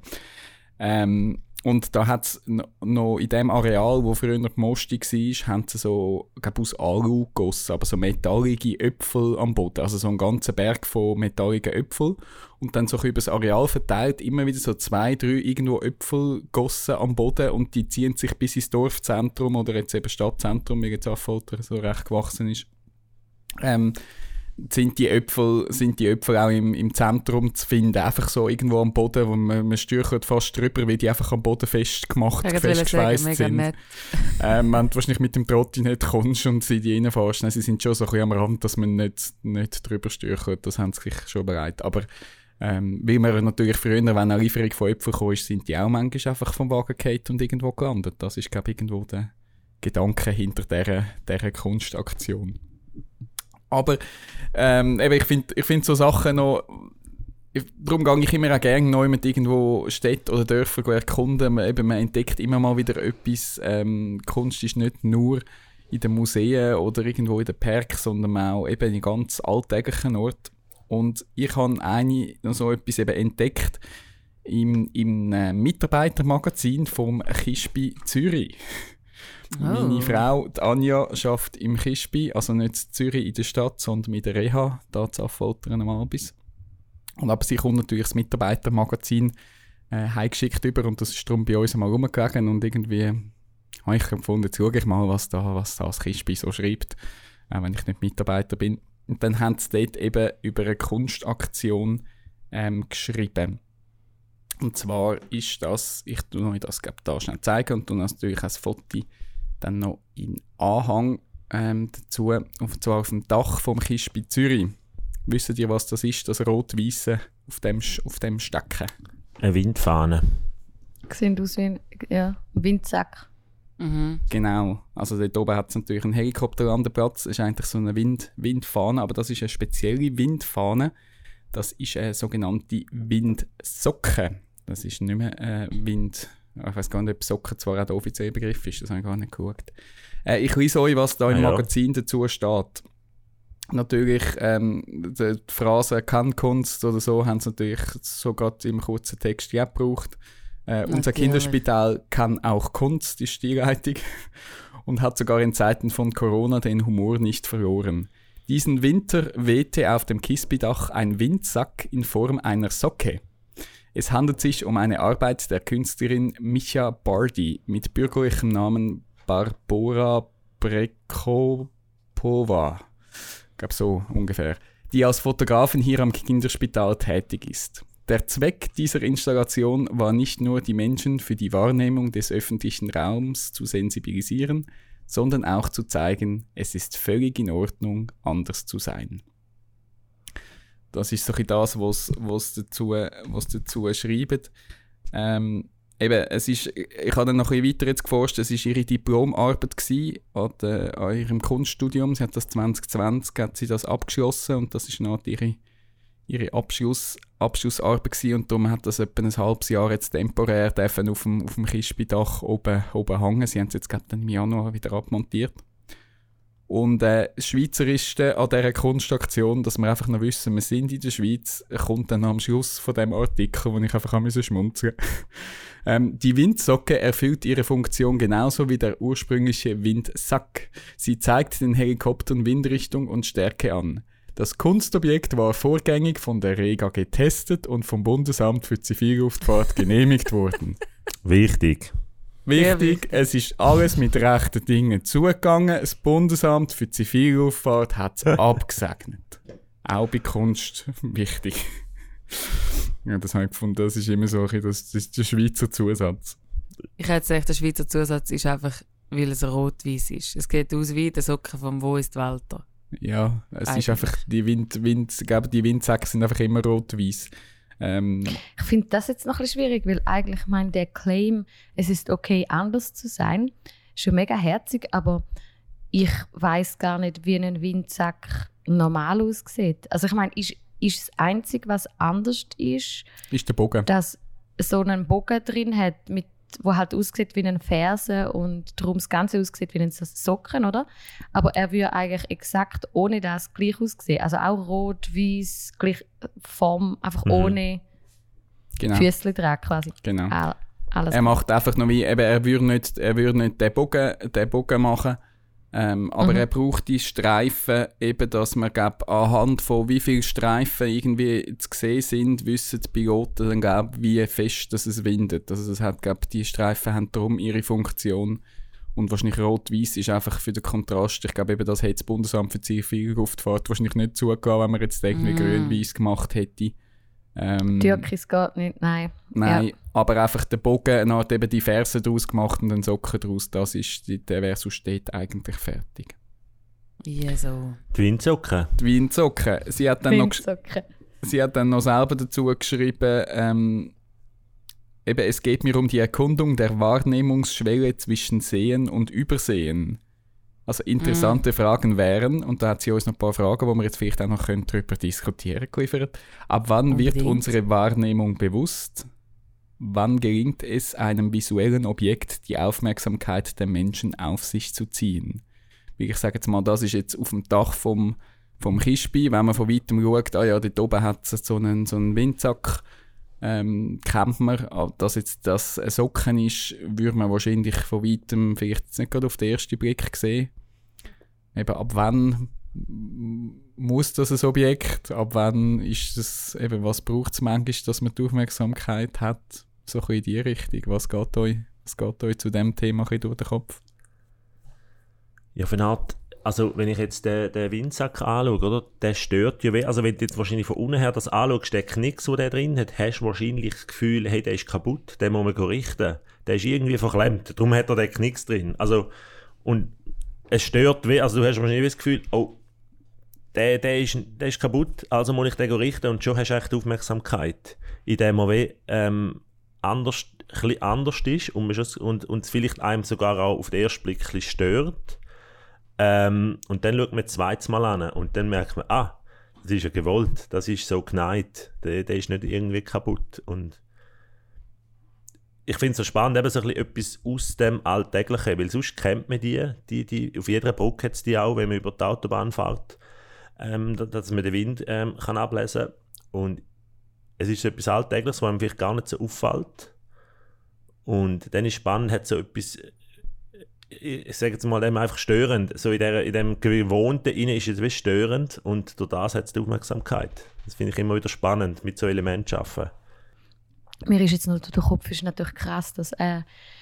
Ähm, und da hat es noch in dem Areal, wo früher die Mosti war, haben sie so, glaube aus Alu gegossen, aber so metallige Äpfel am Boden, also so einen ganzen Berg von metalligen Äpfeln und dann so über das Areal verteilt, immer wieder so zwei, drei irgendwo Äpfel gegossen am Boden und die ziehen sich bis ins Dorfzentrum oder jetzt eben Stadtzentrum, wie jetzt Affolter so recht gewachsen ist. Ähm, sind die Äpfel, sind die Äpfel auch im, im Zentrum zu finden, einfach so irgendwo am Boden, wo man, man stürchert fast drüber, weil die einfach am Boden festgemacht, Ich wollte festgeschweißt sagen, mega sind. nett. Ähm, wenn du wahrscheinlich mit dem Trotti nicht kommst und sie die reinfährst, nein, sie sind schon so ein bisschen am Rand, dass man nicht, nicht drüber stürchert, das haben sie sich schon bereit. Aber ähm, weil man natürlich früher, wenn eine Lieferung von Äpfeln kam, sind die auch manchmal einfach vom Wagen gefallen und irgendwo gelandet. Das ist, glaube ich, irgendwo der Gedanke hinter dieser, dieser Kunstaktion. Aber ähm, eben, ich finde ich find so Sachen noch, darum gehe ich immer auch gerne neu mit irgendwo Städte oder Dörfer erkunden. Man, eben, man entdeckt immer mal wieder etwas. Ähm, Kunst ist nicht nur in den Museen oder irgendwo in den Parks, sondern auch eben in ganz alltäglichen Orten. Und ich habe eine noch so etwas eben entdeckt im, im äh, Mitarbeitermagazin vom Kispi Zürich. Oh. Meine Frau, die Anja, arbeitet im Kispi, also nicht in Zürich in der Stadt, sondern in der Reha, da zu Affoltern am Albis. Und aber sie kommt natürlich das Mitarbeitermagazin äh, heimgeschickt über und das ist darum bei uns einmal rumgelegen und irgendwie habe ich empfunden, jetzt schaue ich mal, was da, was da das Kispi so schreibt, äh, wenn ich nicht Mitarbeiter bin. Und dann haben sie dort eben über eine Kunstaktion ähm, geschrieben. Und zwar ist das, ich tue euch das glaub, da schnell zeigen und tue natürlich ein Foto dann noch in Anhang ähm, dazu, und zwar auf dem Dach vom Kispi Zürich. Wisst ihr, was das ist, das rot-weisse auf dem, auf dem Stecken? Eine Windfahne. Sieht aus wie ein ja, Windsack. Mhm. Genau, also dort oben hat es natürlich einen Helikopterlandeplatz, das ist eigentlich so eine Wind, Windfahne, aber das ist eine spezielle Windfahne. Das ist eine sogenannte Windsocke. Das ist nicht mehr äh, Wind... Ich weiß gar nicht, ob Socken zwar auch der offizielle Begriff ist, das habe ich gar nicht geguckt. Äh, ich lese euch, was da im ja. Magazin dazu steht. Natürlich, ähm, die, die Phrase «kann Kunst» oder so haben sie natürlich so gerade im kurzen Text ja gebraucht. Äh, unser Kinderspital kann auch Kunst, ist die Einleitung. Und hat sogar in Zeiten von Corona den Humor nicht verloren. Diesen Winter wehte auf dem Kispi-Dach ein Windsack in Form einer Socke. Es handelt sich um eine Arbeit der Künstlerin Micha Bardi mit bürgerlichem Namen Barbora Brekopova, ich glaube so ungefähr, die als Fotografin hier am Kinderspital tätig ist. Der Zweck dieser Installation war nicht nur, die Menschen für die Wahrnehmung des öffentlichen Raums zu sensibilisieren, sondern auch zu zeigen, es ist völlig in Ordnung, anders zu sein. Das ist so ein das, was was dazu, was dazu schreibt. Ähm, eben, es ist, ich habe dann noch ein bisschen weiter jetzt geforscht, es war ihre Diplomarbeit gewesen, an, der, an ihrem Kunststudium. Sie hat das zwanzig zwanzig hat sie das abgeschlossen und das ist noch ihre, ihre Abschluss, Abschlussarbeit gewesen, und darum hat das etwa ein halbes Jahr jetzt temporär dürfen auf dem, auf dem Kispi-Dach oben, oben hängen. Sie haben es jetzt gerade dann im Januar wieder abmontiert. Und äh, das Schweizerischste an dieser Kunstaktion, dass wir einfach noch wissen, wir sind in der Schweiz, kommt dann am Schluss von dem Artikel, wo ich einfach schmunzeln musste. ähm, die Windsocke erfüllt ihre Funktion genauso wie der ursprüngliche Windsack. Sie zeigt den Helikoptern Windrichtung und Stärke an. Das Kunstobjekt war vorgängig von der Rega getestet und vom Bundesamt für Zivilluftfahrt genehmigt worden. Wichtig. Wichtig, es ist alles mit rechten Dingen zugegangen. Das Bundesamt für Zivilluftfahrt hat es abgesegnet. Auch bei Kunst wichtig. Ja, das habe ich gefunden, das ist immer so ein bisschen, das, das ist der Schweizer Zusatz. Ich hätte gesagt, der Schweizer Zusatz ist einfach, weil es rot-weiß ist. Es geht aus wie der Socken vom «Wo ist Walter?» Ja, es Eigentlich. ist einfach, die Wind, Wind, ich glaube, die Windsäcke sind einfach immer rot-weiß. Ähm, Ich finde das jetzt noch ein bisschen schwierig, weil eigentlich, ich meine, der Claim, es ist okay, anders zu sein, ist schon mega herzig, aber ich weiss gar nicht, wie ein Windsack normal aussieht. Also ich meine, ist, ist das Einzige, was anders ist, ist der Bogen. dass so einen Bogen drin hat, mit, wo halt aussieht wie ein Fersen und darum das Ganze aussieht wie ein Socken, oder? Aber er würde eigentlich exakt ohne das gleich aussehen. Also auch rot, weiß, gleich Form, einfach Mhm. ohne Genau. Füßchen dran quasi. Genau. All- Alles Er macht einfach noch wie, eben, er würde nicht, er würde nicht den Bogen, den Bogen machen, ähm, aber Mhm. er braucht die Streifen, eben, dass man, glaub, anhand von wie viele Streifen irgendwie zu sehen sind, wissen die Piloten dann, glaub, wie fest dass es windet. Also das hat, glaub, die Streifen haben darum ihre Funktion. Und wahrscheinlich rot-weiß ist einfach für den Kontrast. Ich glaube, eben das hätte das Bundesamt für Zivilluftfahrt wahrscheinlich nicht zugelassen, wenn man jetzt irgendwie Mm. grün-weiß gemacht hätte. Ähm, Türkis geht nicht, nein. Nein, Ja. aber einfach der Bogen, eine Art eben die Fersen daraus gemacht und den Socken daraus, das ist, die- der wäre sonst dort eigentlich fertig. Ja, so. Die Windsocke. Die Windsocke, sie hat dann, noch, gesch- Windsocken. sie hat dann noch selber dazu geschrieben, ähm, eben, es geht mir um die Erkundung der Wahrnehmungsschwelle zwischen Sehen und Übersehen. Also interessante mm. Fragen wären, und da hat sie uns noch ein paar Fragen, wo wir jetzt vielleicht auch noch können darüber diskutieren können. Ab wann Unbedingt. Wird unsere Wahrnehmung bewusst? Wann gelingt es einem visuellen Objekt, die Aufmerksamkeit der Menschen auf sich zu ziehen? Wie ich sage jetzt mal, das ist jetzt auf dem Dach vom, vom Kispi, wenn man von weitem schaut, ah ja, dort oben hat es so einen, so einen Windsack, ähm, kennt man, dass jetzt das ein Socken ist, würde man wahrscheinlich von weitem vielleicht jetzt nicht gerade auf den ersten Blick sehen. Eben, ab wann muss das ein Objekt, ab wann ist das, eben, was braucht es manchmal, dass man die Aufmerksamkeit hat, so ein bisschen in die Richtung. Was geht euch, was geht euch zu diesem Thema ein bisschen durch den Kopf? Ja, für eine Art, also wenn ich jetzt den, den Windsack anschaue, oder, der stört ja weh. Also wenn du jetzt wahrscheinlich von unten her das anschaust, der Knicks, den der drin hat, hast du wahrscheinlich das Gefühl, hey, der ist kaputt, den muss man richten. Der ist irgendwie verklemmt, darum hat er den Knicks drin. Also, und es stört weh, also du hast wahrscheinlich das Gefühl, oh, der, der, ist, der ist kaputt, also muss ich den richten, und schon hast du echt die Aufmerksamkeit, indem er weh, ähm, anders, ein bisschen anders ist und es und, und vielleicht einem sogar auch auf den ersten Blick ein bisschen stört. Ähm, und dann schaut man das zweite Mal an und dann merkt man, ah, das ist ja gewollt, das ist so geneigt, der, der ist nicht irgendwie kaputt. Und ich finde es so spannend, eben so ein bisschen etwas aus dem Alltäglichen, weil sonst kennt man die, die, die auf jeder Brücke hat es die auch, wenn man über die Autobahn fährt, ähm, dass man den Wind ähm, kann ablesen kann. Und es ist so etwas Alltägliches, was einem vielleicht gar nicht so auffällt. Und dann ist spannend, hat so etwas, ich sage jetzt mal, dem einfach störend. So in, der, in dem Gewohnten innen ist es wie störend und durch das hat es die Aufmerksamkeit. Das finde ich immer wieder spannend, mit so Elementen zu arbeiten. Mir ist jetzt noch durch den Kopf, ist natürlich krass, dass äh,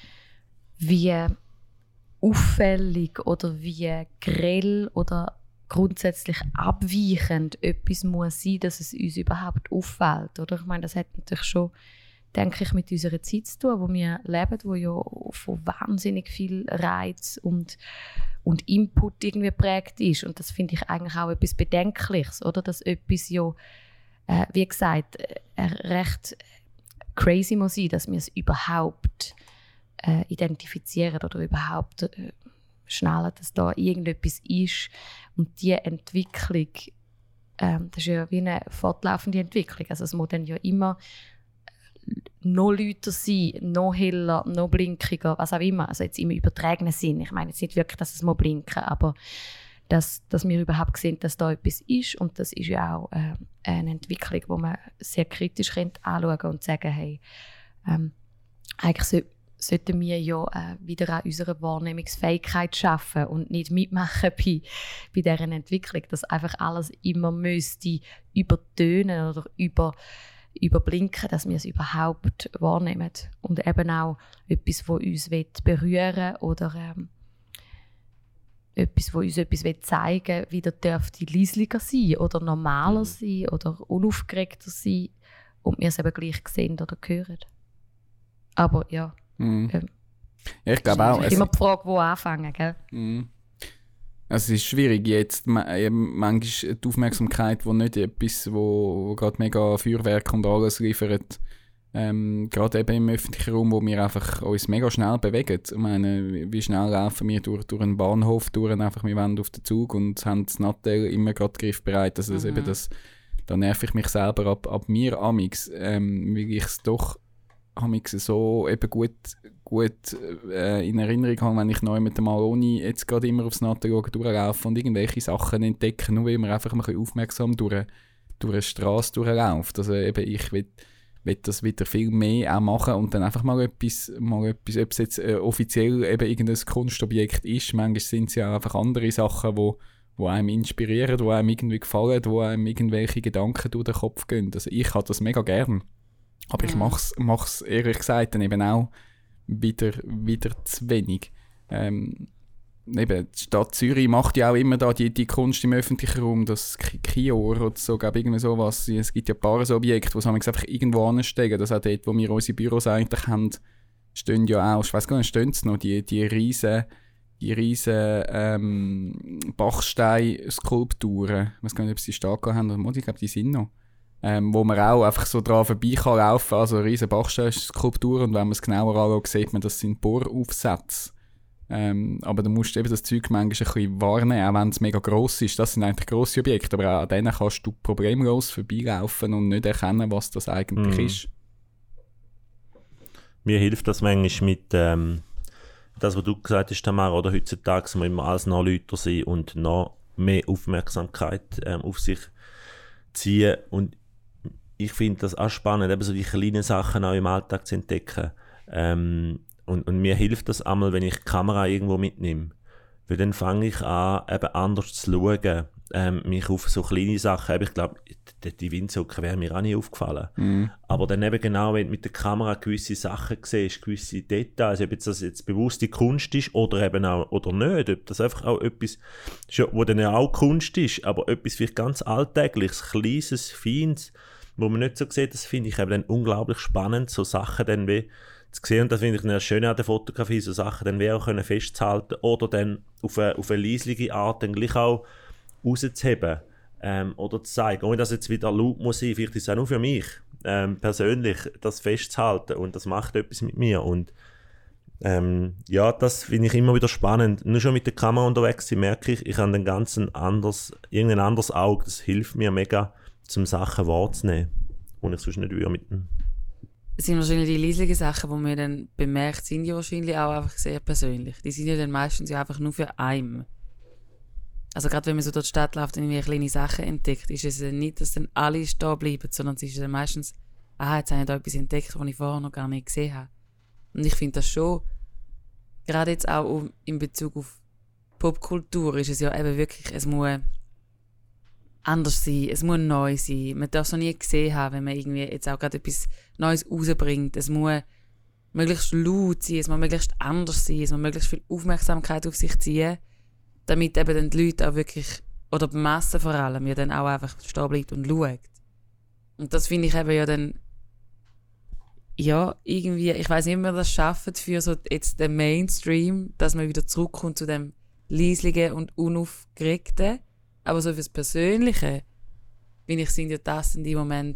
wie auffällig oder wie grell oder grundsätzlich abweichend etwas muss sein, dass es uns überhaupt auffällt. Oder? Ich meine, das hat natürlich schon, denke ich, mit unserer Zeit zu tun, wo wir leben, wo ja von wahnsinnig viel Reiz und, und Input irgendwie geprägt ist. Und das finde ich eigentlich auch etwas Bedenkliches, oder? Dass etwas ja, äh, wie gesagt, äh, recht crazy muss sein, dass wir es überhaupt äh, identifizieren oder überhaupt äh, schnallen, dass da irgendetwas ist. Und diese Entwicklung, äh, das ist ja wie eine fortlaufende Entwicklung. Also es muss dann ja immer noch lauter sein, noch heller, noch blinkiger, was auch immer. Also jetzt im übertragenen Sinn. Ich meine jetzt nicht wirklich, dass es mal blinken, aber dass, dass wir überhaupt sehen, dass da etwas ist. Und das ist ja auch äh, eine Entwicklung, die man sehr kritisch anschauen kann und sagen, hey, ähm, eigentlich so, sollten wir ja äh, wieder an unserer Wahrnehmungsfähigkeit schaffen und nicht mitmachen bei, bei dieser Entwicklung, dass einfach alles immer müsste übertönen oder über überblinken, dass wir es überhaupt wahrnehmen und eben auch etwas, das uns berühren will oder ähm, etwas, das uns etwas zeigen will, wieder dürfte leislicher sein oder normaler sein oder unaufgeregter sein und wir es eben gleich sehen oder hören. Aber ja, mm. ähm, ja ich glaube auch. Es ist immer die Frage, wo anfangen, gell? Mm. Es ist schwierig jetzt, manchmal die Aufmerksamkeit, die nicht etwas, wo, wo gerade mega Feuerwerk und alles liefert, ähm, gerade eben im öffentlichen Raum, wo wir einfach uns mega schnell bewegen. Ich meine, wie schnell laufen wir durch, durch einen Bahnhof, durch einfach, wir wollen auf den Zug und haben das Nattel immer gerade griffbereit. Also das, mhm. eben das, da nerv ich mich selber ab, ab mir amix, ähm, weil ich es doch amix so eben gut gut äh, in Erinnerung habe, wenn ich neu mit dem Maloni jetzt gerade immer aufs Nattel durchlaufe und irgendwelche Sachen entdecke, nur weil man einfach ein bisschen aufmerksam durch, durch eine Straße durchläuft. Also eben, ich will, will das wieder viel mehr auch machen und dann einfach mal etwas, mal etwas ob es jetzt äh, offiziell eben irgendein Kunstobjekt ist, manchmal sind es ja einfach andere Sachen, wo, wo einem inspirieren, wo einem irgendwie gefallen, wo einem irgendwelche Gedanken durch den Kopf gehen. Also ich habe das mega gern, aber mhm. ich mache es ehrlich gesagt dann eben auch Wieder, wieder zu wenig. Ähm, eben, die Stadt Zürich macht ja auch immer da die, die Kunst im öffentlichen Raum, das Kior oder so, glaube irgendwie sowas. Es gibt ja ein paar so Objekte, die es einfach irgendwo anstehen. Das auch dort, wo wir unsere Büros eigentlich haben, stehen ja auch, ich weiss gar nicht, stehen es noch, die, die riesen, die riesen ähm, Bachstein-Skulpturen. Ich weiss gar nicht, ob sie stehen haben oder ich glaube, die sind noch. Ähm, wo man auch einfach so dran vorbei kann laufen, also eine riesen Bachsteinskulptur und wenn man es genauer anschaut, sieht man, das sind Bohraufsätze. Ähm, aber du musst eben das Zeug manchmal ein bisschen warnen, auch wenn es mega gross ist. Das sind eigentlich grosse Objekte, aber auch an denen kannst du problemlos vorbeilaufen und nicht erkennen, was das eigentlich Mhm. ist. Mir hilft das manchmal mit, ähm, das, was du gesagt hast, Tamara, oder heutzutage muss man immer als Nachläuter sein und noch mehr Aufmerksamkeit ähm, auf sich ziehen. Und ich finde das auch spannend, eben so die kleinen Sachen auch im Alltag zu entdecken. Ähm, und, und mir hilft das einmal, wenn ich die Kamera irgendwo mitnehme. Weil dann fange ich an, eben anders zu schauen, ähm, mich auf so kleine Sachen, eben, ich glaube, die, die Windsocken wären mir auch nicht aufgefallen. Mhm. Aber dann eben genau, wenn du mit der Kamera gewisse Sachen siehst, gewisse Details, ob jetzt das jetzt bewusste Kunst ist oder eben auch oder nicht, ob das einfach auch etwas, wo dann ja auch Kunst ist, aber etwas vielleicht ganz Alltägliches, Kleines, Feines, wo man nicht so sieht, das finde ich eben dann unglaublich spannend, so Sachen dann wie zu sehen, und das finde ich dann schön an der Fotografie, so Sachen dann wie auch können festzuhalten oder dann auf eine, auf eine leisliche Art dann gleich auch rauszuheben ähm, oder zu zeigen, ohne dass jetzt wieder laut muss sein, vielleicht ist es auch nur für mich ähm, persönlich, das festzuhalten und das macht etwas mit mir und ähm, ja, das finde ich immer wieder spannend. Nur schon mit der Kamera unterwegs sein, merke ich, ich habe den ganzen anders, irgendein anderes Auge, das hilft mir mega, zum Sachen wahrzunehmen, und ich sonst nicht würde mit dem. Es sind wahrscheinlich die leislichen Sachen, die man dann bemerkt, sind ja wahrscheinlich auch einfach sehr persönlich. Die sind ja dann meistens ja einfach nur für einen. Also gerade wenn man so durch die Stadt läuft und irgendwie kleine Sachen entdeckt, ist es ja nicht, dass dann alle stehen bleiben, sondern es ist dann meistens, ah, jetzt habe ich da etwas entdeckt, was ich vorher noch gar nicht gesehen habe. Und ich finde das schon, gerade jetzt auch in Bezug auf Popkultur, ist es ja eben wirklich, es muss anders sein, es muss neu sein. Man darf es noch nie gesehen haben, wenn man irgendwie jetzt auch gerade etwas Neues rausbringt. Es muss möglichst laut sein, es muss möglichst anders sein, es muss möglichst viel Aufmerksamkeit auf sich ziehen, damit eben dann die Leute auch wirklich, oder die Masse vor allem, ja dann auch einfach stehen bleibt und schaut. Und das finde ich eben ja dann, ja, irgendwie, ich weiss nicht, ob wir das schaffen für so jetzt den Mainstream, dass man wieder zurückkommt zu dem leislichen und unaufgeregten. Aber so fürs Persönliche, finde ich, sind ja das in die Momente,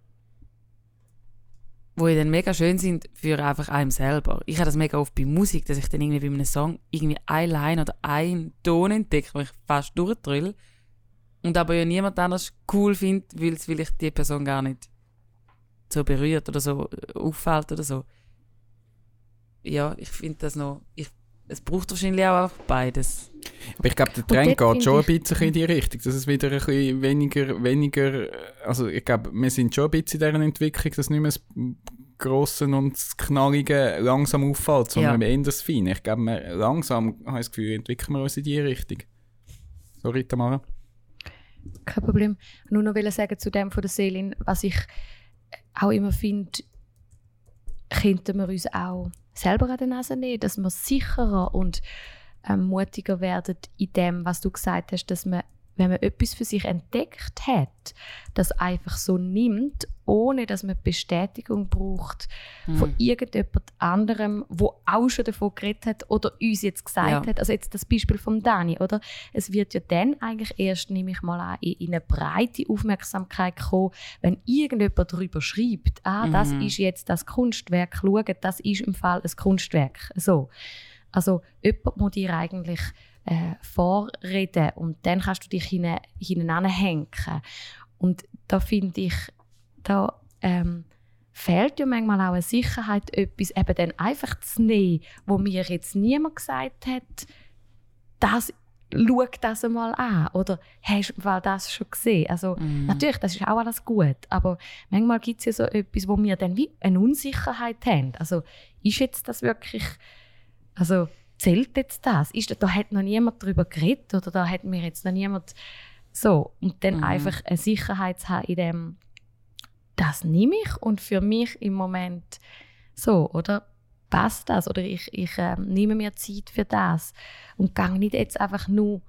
wo ja dann mega schön sind für einfach einem selber. Ich habe das mega oft bei Musik, dass ich dann irgendwie bei einem Song irgendwie eine Line oder einen Ton entdecke, wo ich fast durchdrill. Und aber ja niemand anders cool findet, weil es vielleicht die Person gar nicht so berührt oder so auffällt oder so. Ja, ich finde das noch... Ich, es braucht wahrscheinlich auch einfach beides. Aber ich glaube, der Trend geht schon ein bisschen in die Richtung, dass es wieder ein bisschen weniger, weniger, also ich glaube, wir sind schon ein bisschen in dieser Entwicklung, dass nicht mehr das Grosse und das Knallige langsam auffällt, sondern Ja. eher das Feine. Ich glaube, wir langsam, habe ich das Gefühl, entwickeln wir uns in die Richtung. Sorry, Tamara. Kein Problem. Nur noch will sagen zu dem von der Selin, was ich auch immer finde, könnten wir uns auch selber an der Nase nehmen, dass wir sicherer und ähm, mutiger werden in dem, was du gesagt hast, dass man, wenn man etwas für sich entdeckt hat, das einfach so nimmt, ohne dass man Bestätigung braucht Mhm. von irgendjemand anderem, wo auch schon davon geredet hat oder uns jetzt gesagt Ja. hat. Also jetzt das Beispiel von Dani, oder? Es wird ja dann eigentlich erst, nehme ich mal an, in, in eine breite Aufmerksamkeit kommen, wenn irgendjemand darüber schreibt, ah, das Mhm. ist jetzt das Kunstwerk, schaut, das ist im Fall ein Kunstwerk. So. Also jemand muss dir eigentlich äh, vorreden und dann kannst du dich hinein, hineinhängen. Und da finde ich, da ähm, fehlt ja manchmal auch eine Sicherheit, etwas eben dann einfach zu nehmen, wo mir jetzt niemand gesagt hat, das, schau das einmal an oder hast du das schon gesehen? Also Mhm. natürlich, das ist auch alles gut, aber manchmal gibt es ja so etwas, wo wir dann wie eine Unsicherheit haben. Also ist jetzt das wirklich, also zählt jetzt das? Ist, da hat noch niemand darüber geredet oder da hat mir jetzt noch niemand so. Und dann Mhm. einfach eine Sicherheit zu haben in dem, das nehme ich und für mich im Moment so, oder? Passt das? Oder ich, ich äh, nehme mir Zeit für das und gehe nicht jetzt einfach nur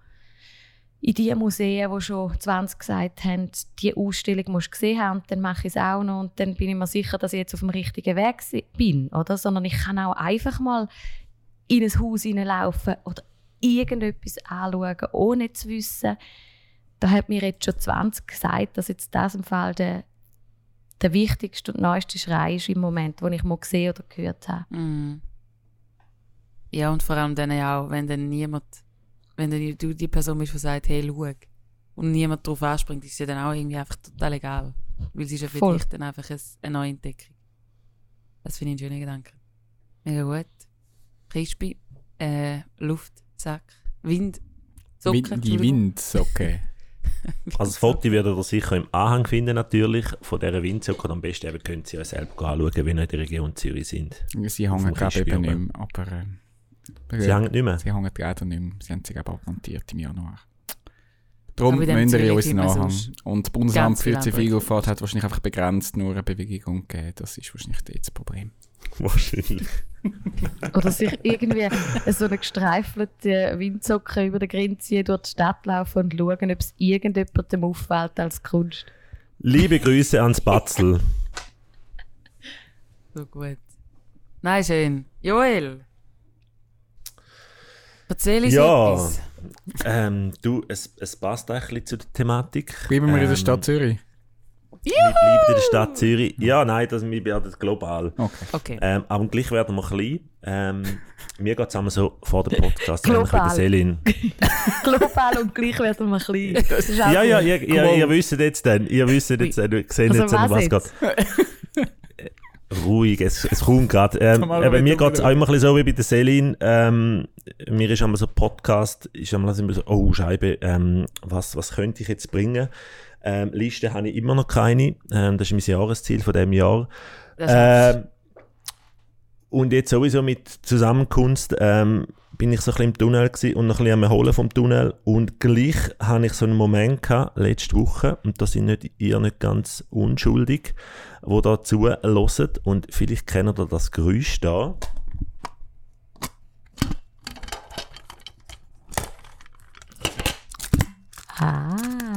in die Museen, die schon zwanzig gesagt haben, die Ausstellung musst du gesehen haben und dann mache ich es auch noch und dann bin ich mir sicher, dass ich jetzt auf dem richtigen Weg si- bin, oder? Sondern ich kann auch einfach mal in ein Haus hineinlaufen oder irgendetwas anschauen, ohne zu wissen, da hat mir jetzt schon zwanzig gesagt, dass jetzt das im Fall der, der wichtigste und neueste Schrei ist im Moment, den ich mal gesehen oder gehört habe. Mhm. Ja, und vor allem dann ja auch, wenn dann niemand, wenn dann du die Person bist, die sagt, hey, schau, und niemand darauf anspringt, ist es ja dann auch irgendwie einfach total egal. Weil es ist ja für Voll. dich dann einfach ein, eine Neuentdeckung. Das finde ich einen schönen Gedanken. Mega gut. Krispi, äh, Luftsack, Wind, Socken. Wind, die Entschuldigung. Windsocke. Also das Foto werdet ihr sicher im Anhang finden natürlich, von dieser Windsocke. Und am besten eben könnt ihr euch selber anschauen, wenn ihr in der Region Zürich sind. Sie hängen, Auf dem glaube ich, Krispi eben nicht oben. mehr. Aber, äh, Sie hängen nicht mehr? Sie hängen leider nicht mehr. Sie haben sich aber abmontiert im Januar. Darum Aber in dem müsst ihr in Zürich unseren sind wir Anhang. sonst Und das Bundesamt ganz für viel Zivilluftfahrt hat wahrscheinlich einfach begrenzt nur eine Bewilligung gegeben. Das ist wahrscheinlich jetzt das Problem. Wahrscheinlich. Oder sich irgendwie so eine gestreifelte Windsocke über den Grind ziehen, durch die Stadt laufen und schauen, ob es irgendjemandem auffällt als Kunst. Liebe Grüße ans Batzel. So gut. Nein, schön. Joel. Erzähl uns Ja, etwas. ähm, du, es, es passt ein bisschen zu der Thematik. Bleiben wir in der Ähm, Stadt Zürich. Wir bleiben in der Stadt Zürich. Ja, nein, das, wir werden global. Okay. Okay. Ähm, aber gleich werden wir klein. Ähm, mir geht es einmal so vor dem Podcast eigentlich mit der Global. Selin. Global und gleich werden wir klein. Das ist auch Ja, ja, gut. ihr, ihr, ihr wisst jetzt dann. Ihr wisst jetzt dann. Ihr seht Also jetzt, um was was jetzt? geht. Ruhig, es, es kommt gerade. Ähm, Mal eben, mir wieder geht es auch immer ein bisschen so wie bei der Selin. Ähm, mir ist einmal so ein Podcast, ist einmal so, oh Scheibe, ähm, was, was könnte ich jetzt bringen? Ähm, Liste habe ich immer noch keine. Ähm, das ist mein Jahresziel von diesem Jahr. Das schaffst Ähm, und jetzt sowieso mit Zusammenkunft ähm, bin ich so ein bisschen im Tunnel gewesen und noch ein bisschen am Erholen vom Tunnel. Und gleich hatte ich so einen Moment gehabt, letzte Woche, und da sind nicht, ihr nicht ganz unschuldig, wo da zuhören. Und vielleicht kennt ihr das Geräusch da. Ah.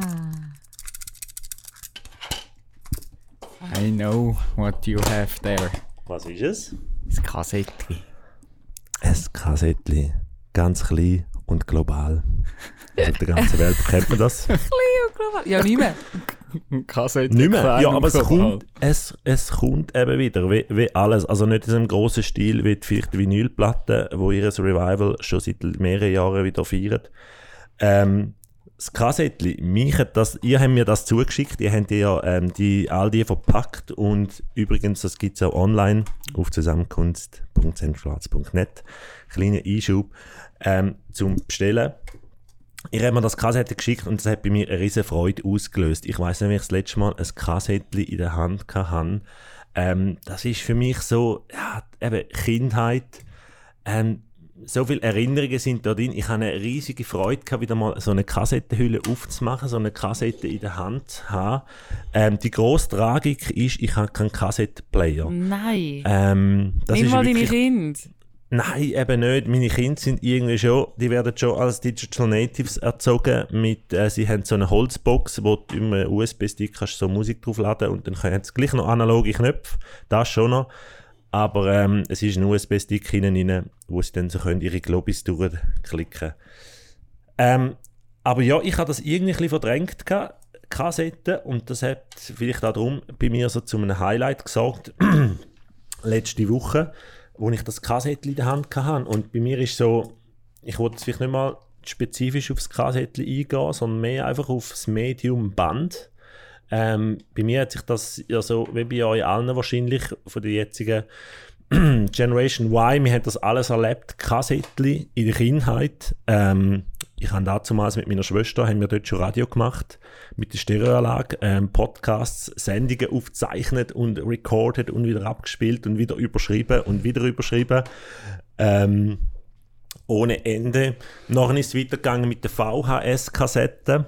I know what you have there. Was ist es? Das Kassettchen. Ein Kassettchen. Ganz klein und global. Also auf der ganzen Welt kennt man das. Ja, nicht mehr. Kassettchen. Nicht mehr. klein Ja, und aber es global. kommt, es, es kommt eben wieder, wie, wie alles. Also nicht in einem grossen Stil wie die vielleicht die Vinylplatte, wo ihr Revival schon seit mehreren Jahren wieder feiert. Ähm, das Kassettchen, mich hat das, ihr habt mir das zugeschickt, ihr habt ja ähm, die, all die verpackt und übrigens, das gibt es auch online auf zusammenkunft punkt centralarts punkt net. Kleiner Einschub ähm, zum Bestellen. Ihr habt mir das Kassettchen geschickt und das hat bei mir eine riesen Freude ausgelöst. Ich weiss nicht, wie ich das letzte Mal ein Kassettchen in der Hand hatte. Ähm, das ist für mich so, ja, eben Kindheit. Ähm, so viele Erinnerungen sind da drin. Ich hatte eine riesige Freude gehabt, wieder mal so eine Kassettenhülle aufzumachen, so eine Kassette in der Hand zu haben. Ähm, die grosse Tragik ist, ich habe keinen Kassettenplayer. Nein. Ähm, das Nimm ist mal deine wirklich, Kinder. Nein, eben nicht. Meine Kinder sind irgendwie schon, die werden schon als Digital Natives erzogen. Mit, äh, sie haben so eine Holzbox, wo du über einen U S B-Stick kannst so Musik draufladen und dann haben sie gleich noch analoge Knöpfe. Das schon noch. Aber ähm, es ist ein U S B-Stick hinten rein, wo sie dann so können ihre Globis durchklicken. Ähm, aber ja, ich habe das irgendwie ein bisschen verdrängt gehabt, Kassetten, und das hat vielleicht auch darum bei mir so zu einem Highlight gesorgt, letzte Woche, wo ich das Kassettchen in der Hand hatte. Und bei mir ist so, ich wollte jetzt vielleicht nicht mal spezifisch auf das Kassettchen eingehen, sondern mehr einfach auf das Medium Band. Ähm, bei mir hat sich das ja so, wie bei euch allen wahrscheinlich, von der jetzigen Generation Y, wir haben das alles erlebt, Kassettchen in der Kindheit. Ähm, ich habe damals mit meiner Schwester, haben wir dort schon Radio gemacht, mit der Stereoanlage, ähm, Podcasts, Sendungen aufgezeichnet und recorded und wieder abgespielt und wieder überschrieben und wieder überschrieben. Ähm, ohne Ende. Nachher ist es weitergegangen mit der V H S-Kassette.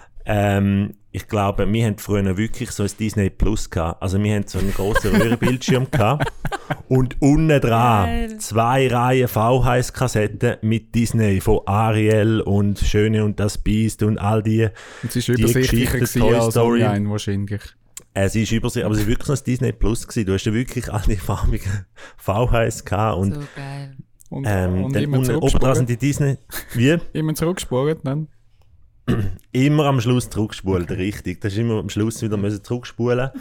Ähm, ich glaube, wir hatten früher wirklich so ein Disney Plus gehabt. Also wir hatten so einen grossen Röhrenbildschirm gehabt und unten dran Geil. zwei Reihen V H S-Kassetten mit Disney von Ariel und Schöne und das Biest und all die. Es ist die übersichtlicher Geschichte, gewesen Toy als Story. online wahrscheinlich. Es ist übersichtlich, aber es war wirklich noch ein Disney Plus gewesen. Du hast ja wirklich alle farbigen V H S gehabt und So geil. Und, ähm, und dann immer unten, oben dran sind zurückgespult. die Disney... Wie? Immer zurückgespult dann. Immer am Schluss zurückspulen, richtig. Das ist immer am Schluss wieder müssen zurückspulen.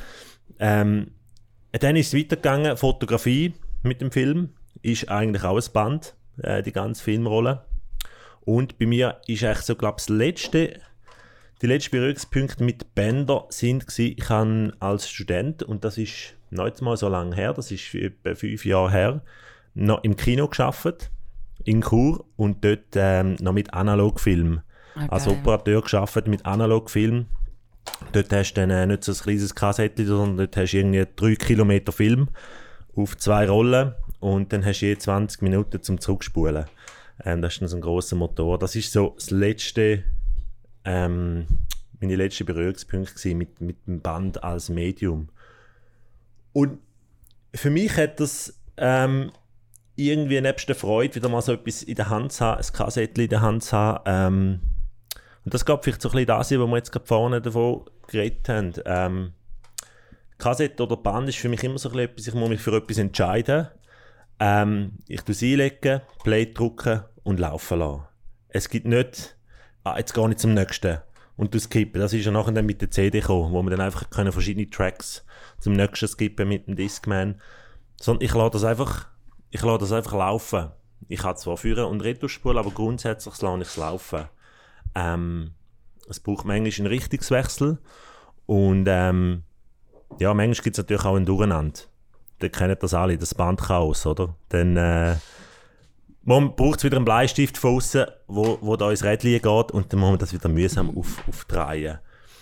Ähm, dann ist es weitergegangen, Fotografie mit dem Film ist eigentlich auch ein Band. äh, die ganze Filmrolle. Und bei mir ist eigentlich so, glaube ich, das letzte, die letzten Berührungspunkte mit Bändern sind gewesen, ich habe als Student, und das ist noch nicht mal so lange her, das ist etwa fünf Jahre her, noch im Kino gearbeitet, in Chur, und dort ähm, noch mit Analogfilm. Okay. Als Operateur gearbeitet mit Analogfilm. Dort hast du dann äh, nicht so ein kleines Kassettchen, sondern dort hast du irgendwie drei Kilometer Film auf zwei Rollen und dann hast du je zwanzig Minuten zum Zurückspulen. Ähm, das ist dann so ein grosser Motor. Das ist so das letzte, ähm, meine letzte Berührungspunkt gewesen mit, mit dem Band als Medium. Und für mich hat das ähm, irgendwie nebst der Freude, wieder mal so etwas in der Hand zu haben, ein Kassettchen in der Hand zu haben. Ähm, und das gab vielleicht so ein bisschen das, was wir jetzt gerade vorne davon geredet haben. Ähm, Kassette oder Band ist für mich immer so ein bisschen etwas, ich muss mich für etwas entscheiden. Ähm, ich tue es einlegen, Play drücken und laufen lassen. Es gibt nicht, ah, jetzt gar nicht zum nächsten und du skippen. Das ist ja nachher dann mit der C D gekommen, wo man dann einfach können verschiedene Tracks zum nächsten skippen mit dem Discman. Sondern ich lasse das einfach, ich lasse das einfach laufen. Ich kann zwar führen und Retour-spulen, aber grundsätzlich lasse ich es laufen. Ähm, es braucht manchmal einen Richtungswechsel und ähm, ja, manchmal gibt es natürlich auch ein Durcheinander. Ihr kennt das alle, das Bandchaos, oder? Dann äh, man braucht wieder einen Bleistift von aussen, wo, wo da ins Rädchen geht und dann muss man das wieder mühsam auf, aufdrehen.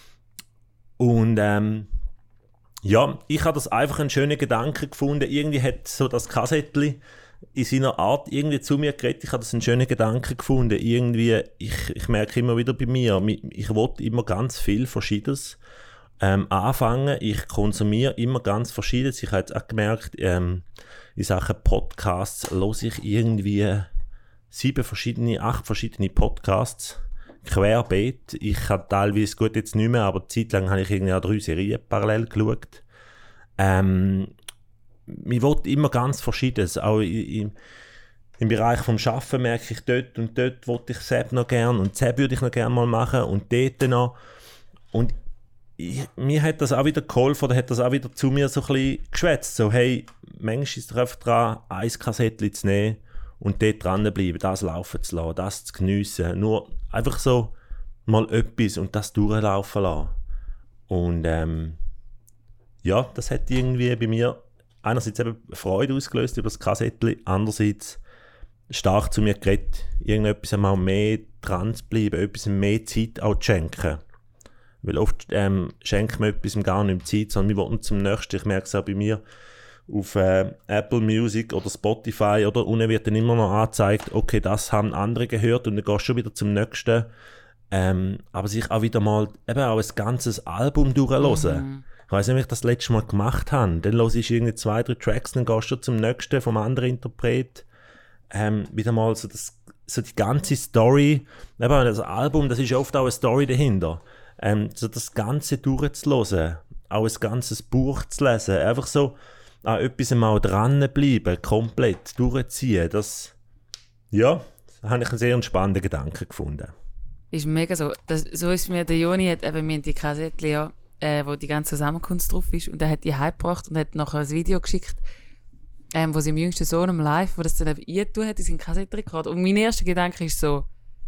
Und ähm, ja, ich habe das einfach einen schönen Gedanken gefunden. Irgendwie hat so das Kassettchen in seiner Art irgendwie zu mir geredet. Ich habe das einen schönen Gedanken gefunden. Irgendwie, ich, ich merke immer wieder bei mir, ich will immer ganz viel Verschiedenes ähm, anfangen. Ich konsumiere immer ganz Verschiedenes. Ich habe jetzt auch gemerkt, ähm, in Sachen Podcasts höre ich irgendwie sieben verschiedene, acht verschiedene Podcasts querbeet. Ich habe teilweise, gut jetzt nicht mehr, aber zeitlang habe ich irgendwie auch drei Serien parallel geschaut. Ähm, mir will immer ganz Verschiedenes. Auch im, im Bereich vom Arbeiten merke ich, dort und dort wollte ich Sepp noch gern und Sepp würde ich noch gerne mal machen und dort noch. Und ich, mir hat das auch wieder geholfen, oder hat das auch wieder zu mir so ein bisschen geschwätzt. So, hey, manchmal ist es doch einfach dran, ein Kassettchen zu nehmen und dort dranbleiben, das laufen zu lassen, das zu geniessen. Nur einfach so mal etwas und das durchlaufen lassen. Und ähm, ja, das hat irgendwie bei mir einerseits eben Freude ausgelöst über das Kassettchen, andererseits stark zu mir geredet, irgendetwas einmal mehr dran zu bleiben, etwas mehr Zeit auch zu schenken. Weil oft ähm, schenkt man etwas gar nicht Zeit, sondern wir wollen zum Nächsten. Ich merke es auch bei mir auf äh, Apple Music oder Spotify, oder unten wird dann immer noch angezeigt, okay, das haben andere gehört und dann gehst du schon wieder zum Nächsten. Ähm, aber sich auch wieder mal eben auch ein ganzes Album durchhören. Mhm. Ich weiss nicht, wie ich das letzte Mal gemacht habe. Dann höre ich irgendwie zwei, drei Tracks, dann gehst du zum nächsten vom anderen Interpret. Ähm, wieder mal so, das, so die ganze Story. Eben, das Album, das ist oft auch eine Story dahinter. Ähm, so das Ganze durchzuhören, auch ein ganzes Buch zu lesen, einfach so an etwas mal dranbleiben, komplett durchziehen. Das, ja, da habe ich einen sehr spannenden Gedanken gefunden. Ist mega so. Das, so ist mir, der Joni hat eben mir die Kassettchen, ja, äh, wo die ganze Zusammenkunft drauf ist, und er hat die heimgebracht und hat nachher ein Video geschickt, ähm, wo seinem jüngsten Sohn im Live, wo das dann eben eingetan hat, in seinen Kassettenrekord. Und mein erster Gedanke ist so,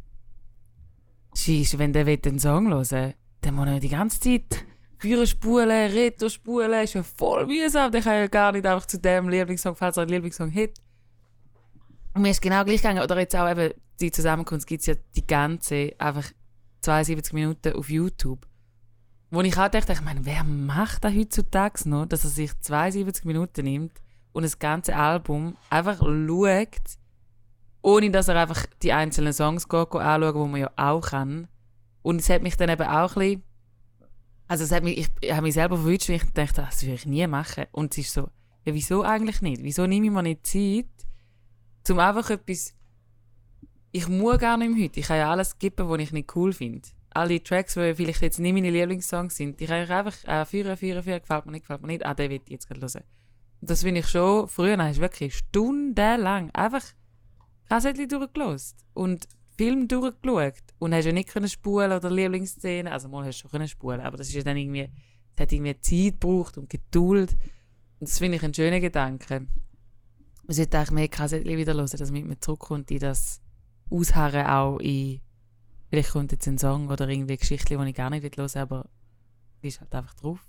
Scheisse, wenn der den Song hören will, dann muss er die ganze Zeit Führer spulen, Retro spulen, ist ja voll mühsam. Der kann ja gar nicht einfach zu dem Lieblingssong, falls er einen Lieblingssong hat. Und mir ist genau gleich gegangen. Oder jetzt auch eben, die Zusammenkunft gibt es ja die ganze, einfach zweiundsiebzig Minuten auf YouTube. Wo ich auch dachte, ich meine, wer macht das heutzutage noch, dass er sich zweiundsiebzig Minuten nimmt und das ganze Album einfach schaut, ohne dass er einfach die einzelnen Songs geht, geht anschaut, die man ja auch kann. Und es hat mich dann eben auch ein bisschen, also es hat mich, ich, ich habe mich selber verwünscht, weil ich dachte, das würde ich nie machen. Und es ist so, ja, wieso eigentlich nicht? Wieso nehme ich mir nicht Zeit, um einfach etwas, ich muss gar nicht mehr heute, ich kann ja alles skippen, was ich nicht cool finde. Alle Tracks, die vielleicht jetzt nicht meine Lieblingssongs sind, die kann ich einfach äh, führen, führen, führen, gefällt mir nicht, gefällt mir nicht, ah, den will ich jetzt gerade hören. Und das finde ich schon, früher hast du wirklich stundenlang einfach Kassettchen durchgelost und Film durchgeschaut und hast ja nicht können spulen oder Lieblingsszenen, also mal hast du schon können spulen, aber das ist ja dann irgendwie, es hat irgendwie Zeit gebraucht und Geduld und das finde ich einen schönen Gedanken. man sollte eigentlich mehr Kassettchen wieder hören, damit man zurückkommt in das Ausharren auch in, vielleicht kommt jetzt ein Song oder irgendwie eine Geschichte, die ich gar nicht hören will, aber die ist halt einfach drauf.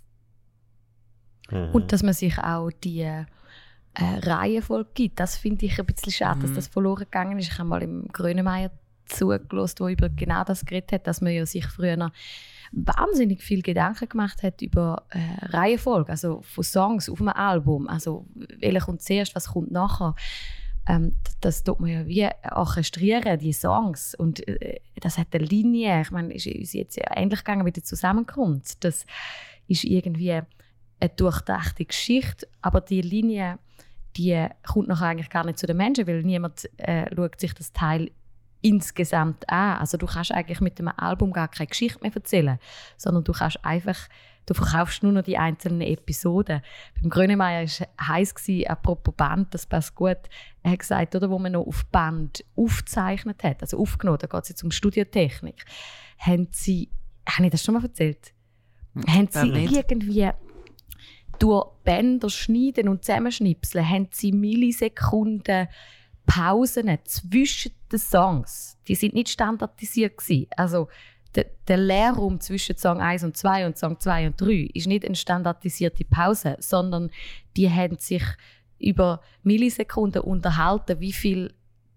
Mhm. Und dass man sich auch die äh, Reihenfolge gibt, das finde ich ein bisschen schade, Mhm. dass das verloren gegangen ist. Ich habe mal im Grönemeyer zugelassen, der über genau das geredet hat, dass man ja sich früher wahnsinnig viel Gedanken gemacht hat über äh, Reihenfolge, also von Songs auf einem Album, also welcher kommt zuerst, was kommt nachher. Ähm, das tut man ja wie orchestrieren, die Songs, und äh, das hat eine Linie, ich meine, ist uns jetzt ja ähnlich gegangen mit der Zusammenkunft. Das ist irgendwie eine durchdachte Geschichte, aber die Linie, die kommt nachher eigentlich gar nicht zu den Menschen, weil niemand äh, schaut sich das Teil insgesamt an. Also du kannst eigentlich mit einem Album gar keine Geschichte mehr erzählen, sondern du kannst einfach, du verkaufst nur noch die einzelnen Episoden. Beim Grönemeyer war es heiß, apropos Band, das passt gut. Er hat gesagt, oder, wo man noch auf Band aufgezeichnet hat, also aufgenommen, da geht es jetzt um Studiotechnik, haben sie, habe ich das schon mal erzählt? Hm, haben sie nicht. irgendwie durch Bänder schneiden und zusammenschnipseln, haben sie Millisekunden Pausen zwischen den Songs. Die sind nicht standardisiert gewesen. Also der, der Leerraum zwischen Song eins und zwei und Song zwei und drei ist nicht eine standardisierte Pause, sondern die haben sich über Millisekunden unterhalten, wie viel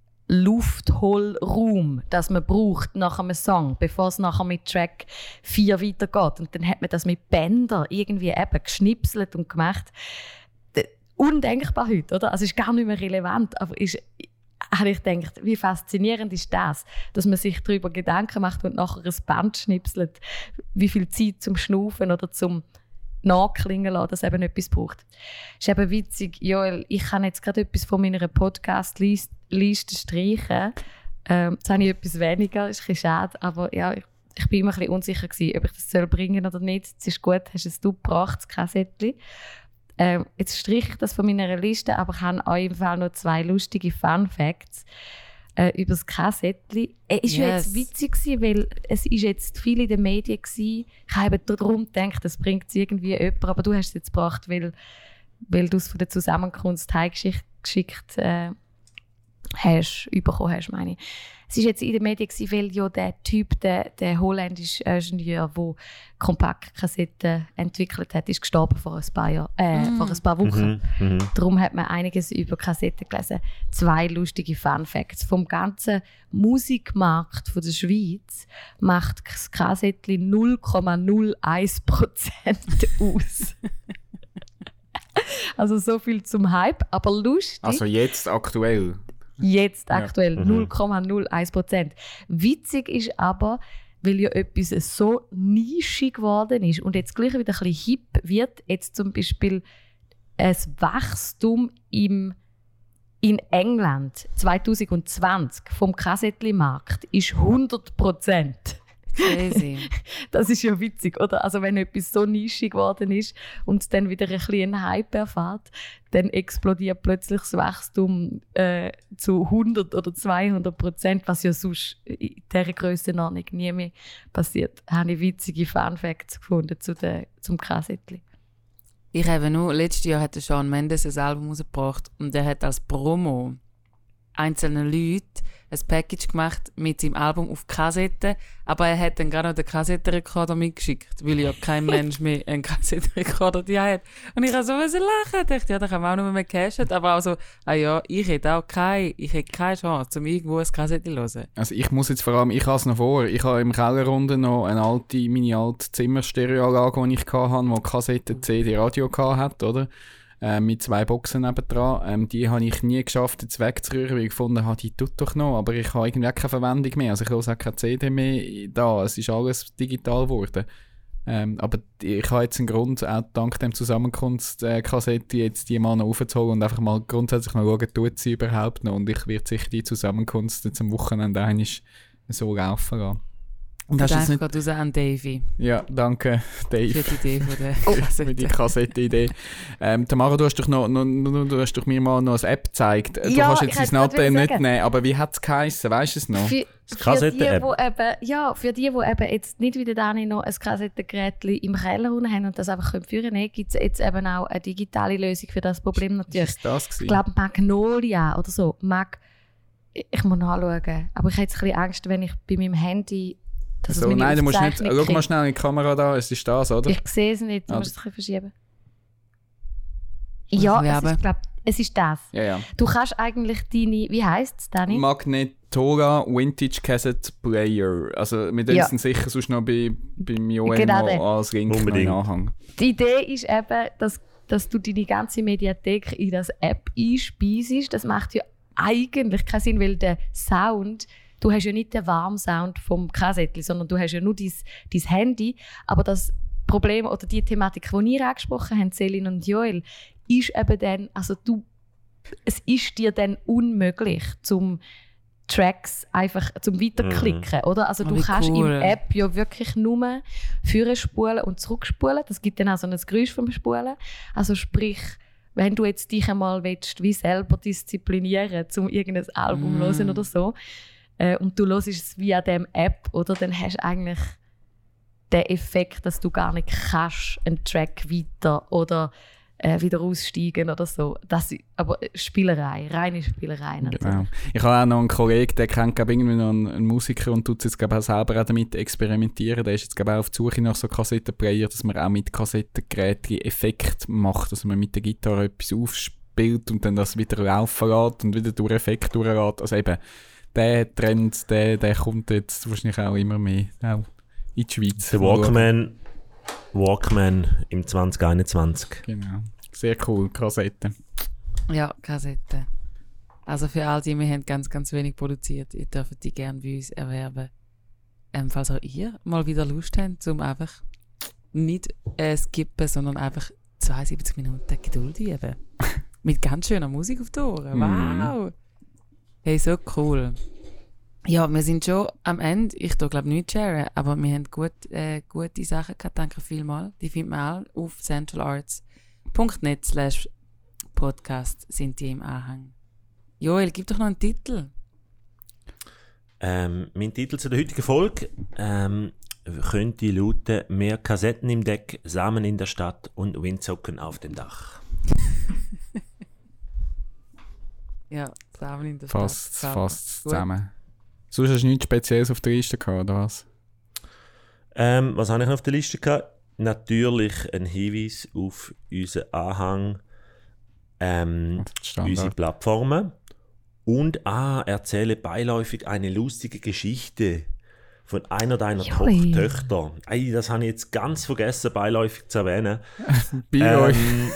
Luftholraum, das man braucht nach einem Song, bevor es nachher mit Track vier weitergeht. Und dann hat man das mit Bändern irgendwie eben geschnipselt und gemacht. D- Undenkbar heute, oder? Also ist gar nicht mehr relevant, aber ist, habe ich gedacht, wie faszinierend ist das, dass man sich darüber Gedanken macht und nachher ein Band schnipselt, wie viel Zeit zum Schnaufen oder zum nachklingen lassen, dass eben etwas braucht. Ist eben witzig, Joel, ich kann jetzt gerade etwas von meiner Podcast-Liste streichen. Ähm, jetzt habe ich etwas weniger, ist ein bisschen schade, aber ja, ich, ich bin immer ein bisschen unsicher gewesen, ob ich das soll bringen oder nicht. Es ist gut, hast es du gebracht, das Kassettchen. Ähm, jetzt streiche ich das von meiner Liste, aber ich habe auch im Fall noch zwei lustige Fun-Facts äh, über das Kassettchen. Es war ja Yes. jetzt witzig gewesen, weil es ist jetzt viel in den Medien gewesen. Ich habe darum gedacht, das bringt es irgendwie jemand, aber du hast es jetzt gebracht, weil, weil du es von der Zusammenkunft heimgeschickt äh, hast, bekommen hast, meine ich. Es war jetzt in den Medien gewesen, weil ja der Typ, der, der holländische Ingenieur, der Kompaktkassetten entwickelt hat, ist gestorben vor ein paar, Jahr, äh, Mm. vor ein paar Wochen. Mhm. Mhm. Darum hat man einiges über Kassetten gelesen. Zwei lustige Fun-Facts. Vom ganzen Musikmarkt von der Schweiz macht das Kassettchen null Komma null eins Prozent aus. Also so viel zum Hype, aber lustig. Also jetzt aktuell. Jetzt Ja. aktuell Mhm. null Komma null eins Prozent. Witzig ist aber, weil ja etwas so nischig geworden ist und jetzt gleich wieder ein bisschen hip wird, jetzt zum Beispiel ein Wachstum im, in England zwanzig zwanzig vom Kassettli-Markt ist hundert Prozent. Crazy. Das ist ja witzig, oder? Also wenn etwas so nischig geworden ist und dann wieder ein bisschen einen Hype erfährt, dann explodiert plötzlich das Wachstum äh, zu hundert oder zweihundert Prozent, was ja sonst in dieser Grössenordnung nie mehr passiert. Da habe ich witzige Fun-Facts gefunden zu der, zum Kassettchen. Ich habe nur, letztes Jahr hat der Shawn Mendes ein Album rausgebracht und er hat als Promo einzelnen Leuten ein Package gemacht mit seinem Album auf Kassette, aber er hat dann gerade noch den Kassettenrekorder mitgeschickt, weil ja kein Mensch mehr einen Kassettenrekorder die hat. Und ich habe so müssen lachen. Ich dachte, ja, da kann man auch noch mehr cashen, aber auch so, ah ja, ich hätte auch keine, ich hätte keine Chance, um irgendwo ein Kassette zu hören. Also ich muss jetzt vor allem, ich habe es noch vor, ich habe im Keller unten noch eine alte, meine alte Zimmerstereoanlage, die ich hatte, die Kassette C D-Radio hatte, oder? Äh, mit zwei Boxen nebendran. Ähm, die habe ich nie geschafft, jetzt wegzurühren, weil ich gefunden habe, die tut doch noch, aber ich habe irgendwie auch keine Verwendung mehr. Also ich höre auch keine C D mehr da, es ist alles digital geworden. Ähm, aber ich habe jetzt einen Grund, auch dank dem Zusammenkunftskassette, jetzt die mal noch aufzuholen und einfach mal grundsätzlich mal schauen, tut sie überhaupt noch. Und ich werde sicher die Zusammenkunft jetzt am Wochenende einmal so laufen lassen. Und Das hast ist du jetzt einfach nicht... raus an Davy Ja, danke, Dave. für die Idee von der Für die Kassette. Kassettenidee. Ähm, Tamara, du hast doch noch, noch, noch, du hast doch mir mal noch eine App gezeigt. Du Ja, kannst ich jetzt hätte dein gerade Note nicht sagen. nehmen, aber wie hat es geheissen? Weißt du es noch? Für, Das für die, Kassette-App. wo eben, ja, für die, die eben jetzt nicht wie der Dani noch ein Kassettengerät im Keller unten haben und das einfach können führen können, gibt es jetzt eben auch eine digitale Lösung für das Problem natürlich. Ist das Ich gewesen? glaube Magnolia oder so. Mag, ich muss nachschauen. Aber ich habe jetzt ein bisschen Angst, wenn ich bei meinem Handy dass So, es meine nein, du musst nicht... Aufzeichnung Schau mal kriegt. schnell in die Kamera da, es ist das, oder? Ich sehe es nicht, du Ah, musst es ein bisschen verschieben. Muss Ja, ich es werben? ist, glaub, es ist das. Ja, ja. Du kannst eigentlich deine, wie heisst es, Dani? Magnetora Vintage Cassette Player. Also wir tun Ja. es sicher sonst noch bei, beim Joel Genau noch den. als Link noch in Unbedingt. Anhang. Die Idee ist eben, dass, dass du deine ganze Mediathek in das App einspeisest. Das macht ja eigentlich keinen Sinn, weil der Sound, du hast ja nicht den Warmsound vom Kassettli, sondern du hast ja nur dein, dein Handy. Aber das Problem oder die Thematik, die ihr angesprochen habt, Celine und Joel, ist eben dann, also du, es ist dir dann unmöglich, zum Tracks einfach zum Weiterklicken, oder? Also Oh, du wie kannst cool. im App ja wirklich nur vorspulen und zurückspulen. Das gibt dann auch so ein Geräusch vom Spulen. Also sprich, wenn du jetzt dich einmal willst, wie selber disziplinieren, um irgendein Album Mm. zu hören oder so, äh, und du hörst es via dem App, oder, dann hast du eigentlich den Effekt, dass du gar nicht kannst, einen Track weiter oder äh, wieder aussteigen oder so. Das ist aber Spielerei, reine Spielerei natürlich. Genau. Ich habe auch noch einen Kollegen, der kennt glaub, irgendwie noch einen, einen Musiker und tut jetzt glaub, auch selber auch damit experimentieren. Der ist jetzt glaub, auch auf die Suche nach so Kassettenplayer, dass man auch mit Kassettengeräten Effekt macht, dass man mit der Gitarre etwas aufspielt und dann das wieder laufen lässt und wieder durch Effekt durchlässt. Also eben, der Trend, der, der kommt jetzt wahrscheinlich auch immer mehr auch in die Schweiz. Der Walkman, Walkman im zwanzig einundzwanzig. Genau. Sehr cool, Kassette. Ja, Kassette. Also für all die, wir haben ganz, ganz wenig produziert. Ihr dürft die gerne bei uns erwerben. Ähm, falls auch ihr mal wieder Lust habt, um einfach nicht äh, skippen, sondern einfach zweiundsiebzig Minuten Geduld üben. Mit ganz schöner Musik auf die Ohren. Wow! Hey, so cool. Ja, wir sind schon am Ende. Ich tue, glaube nicht sharen, aber wir haben gut, äh, gute Sachen gehabt. Danke vielmals. Die findet man auch auf centralarts punkt net slash podcast sind die im Anhang. Joel, gib doch noch einen Titel. Ähm, mein Titel zu der heutigen Folge ähm, könnte lauten: Mehr Kassetten im Deck, Samen in der Stadt und Windsocken auf dem Dach. Ja, zusammen in der Fast, Stadt. fast Gut. zusammen. Sonst hast du nichts Spezielles auf der Liste gehabt, oder was? Ähm, was habe ich noch auf der Liste gehabt? Natürlich ein Hinweis auf unseren Anhang, ähm, Standard. unsere Plattformen. Und ah, erzähle beiläufig eine lustige Geschichte von einer deiner To Joi. Töchter. Ei, das habe ich jetzt ganz vergessen, beiläufig zu erwähnen. Bei euch. Ähm,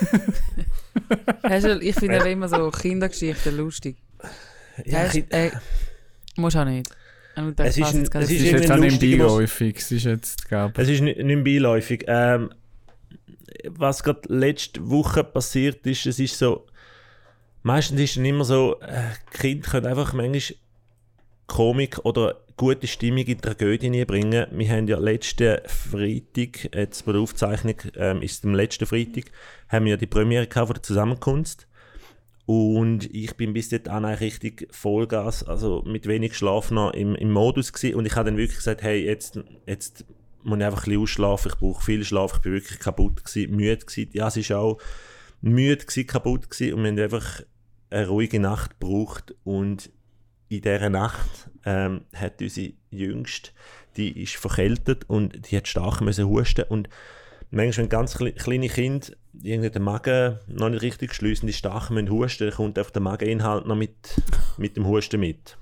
Hast du, ich finde aber immer so Kindergeschichten lustig. ja, Hast, ich- äh, musst auch nicht. Und Es ist passt ein- jetzt gerade es Es ist ist jetzt irgendwie auch nicht lustig, was- beiläufig. Es ist jetzt, glaube Es ist nicht, nicht beiläufig. Ähm, was gerade letzte Woche passiert ist, es ist so, meistens ist es immer so, äh, Kinder können einfach manchmal Komik oder gute Stimmung in Tragödien bringen. Wir haben ja letzten Freitag, jetzt bei der Aufzeichnung, ähm, ist es am letzten Freitag, haben wir ja die Premiere gehabt von der Zusammenkunft. Und ich bin bis dahin eigentlich richtig Vollgas, also mit wenig Schlaf noch im, im Modus gewesen. Und ich habe dann wirklich gesagt, hey, jetzt, jetzt muss ich einfach ein bisschen ausschlafen, ich brauche viel Schlaf, ich bin wirklich kaputt gewesen, müde gewesen. Ja, es ist auch müde gewesen, kaputt gewesen und wir haben einfach eine ruhige Nacht gebraucht. Und in dieser Nacht ähm, hat unsere Jüngste, die ist verkältet und die hat stark müssen husten. Und manchmal, wenn ganz kle- kleine Kinder irgendwie den Magen noch nicht richtig schliessen, die stark müssen husten, dann kommt einfach der Mageninhalt noch mit, mit dem Husten mit.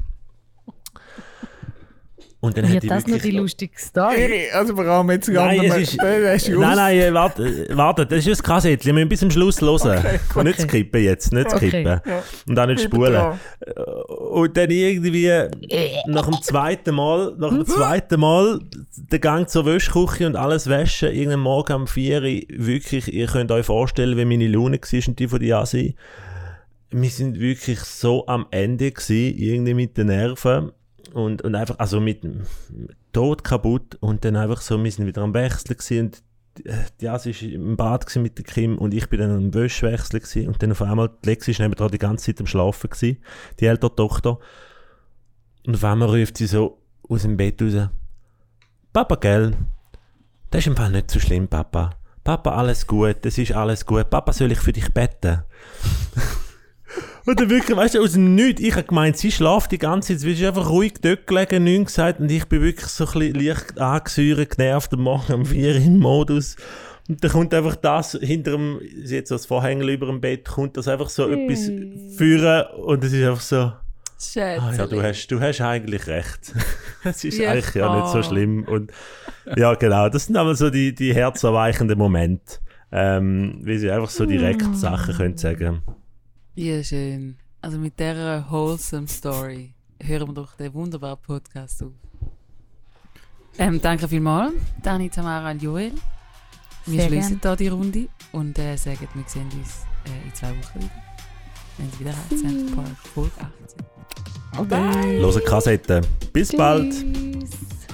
Und dann hat Wird die das noch wirklich die lustige Story? Also vor allem jetzt Nein, es ist, nein, nein, äh, warte, äh, warte, das ist ein Kassettchen, wir müssen bis zum Schluss hören. Okay, Und nicht skippen jetzt, nicht Okay. skippen. Und auch nicht spulen. Äh, Und dann irgendwie nach dem zweiten Mal, nach dem zweiten Mal der Gang zur Wäschküche und alles waschen, irgendeinen Morgen um vier Uhr, wirklich, ihr könnt euch vorstellen, wie meine Laune war und die von der Asi. Wir sind wirklich so am Ende gewesen, irgendwie mit den Nerven. Und, und einfach, also mit tot kaputt und dann einfach so, wir sind wieder am Wechseln gewesen und die Jasi war im Bad mit der Kim und ich bin dann am Wäschwechsel gewesen und dann auf einmal, die Lexi war nebendran die ganze Zeit am Schlafen gewesen, die ältere Tochter. Und auf einmal ruft sie so aus dem Bett raus, Papa, gell, das ist im Fall nicht so schlimm, Papa. Papa, alles gut, das ist alles gut. Papa, soll ich für dich beten? Und dann wirklich, weißt du, aus dem Nichts, ich habe gemeint, sie schlaft die ganze Zeit, sie ist einfach ruhig dort gelegen, nichts gesagt und ich bin wirklich so ein bisschen leicht angesäuert, genervt am Morgen um vier im Modus. Und dann kommt einfach das hinter dem, sie hat so das Vorhängel über dem Bett, kommt das einfach so Hey. etwas führen und es ist einfach so, Schätzchen. ah, ja, du hast, du hast eigentlich recht. Es ist Ja, eigentlich ja nicht so oh. schlimm. Und ja, genau, das sind aber so die, die herzerweichenden Momente, ähm, wie sie einfach so direkt Mm. Sachen können sagen. Ja, schön. Also mit dieser wholesome Story hören wir doch den wunderbaren Podcast auf. Ähm, danke vielmals, Dani, Tamara und Joel. Wir Sehr schließen gern. hier die Runde und äh, sagen, wir sehen uns äh, in zwei Wochen wieder. Wenn es wieder heißt, Central Park, Folge achtzehn. Bye. Hören Kassette. Bis bald. Tschüss.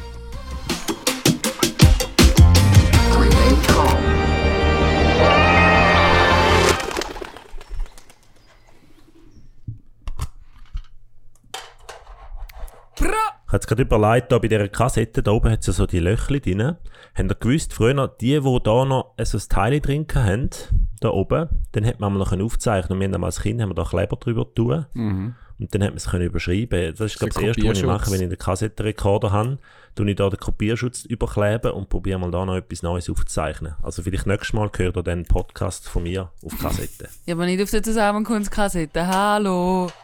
Bra! Ich habe jetzt gerade überlegt, da bei dieser Kassette, da oben hat es ja so die Löchli drin. Habt ihr gewusst, früher, die, die da noch so ein Teil drin haben, da oben, dann hat man noch aufzeichnen. Wir haben als Kind haben wir da Kleber drüber tun. Mhm. Und dann hat man es können überschreiben. Das ist, glaube ich, das Der Erste, was ich Kopierschutz. mache, wenn ich einen Kassettenrekorder habe. Tue ich da den Kopierschutz überkleben und probiere mal da noch etwas Neues aufzuzeichnen. Also vielleicht nächstes Mal gehört ihr dann einen Podcast von mir auf Kassette. Ja, aber nicht auf der Zusammenkunftskassette. Hallo!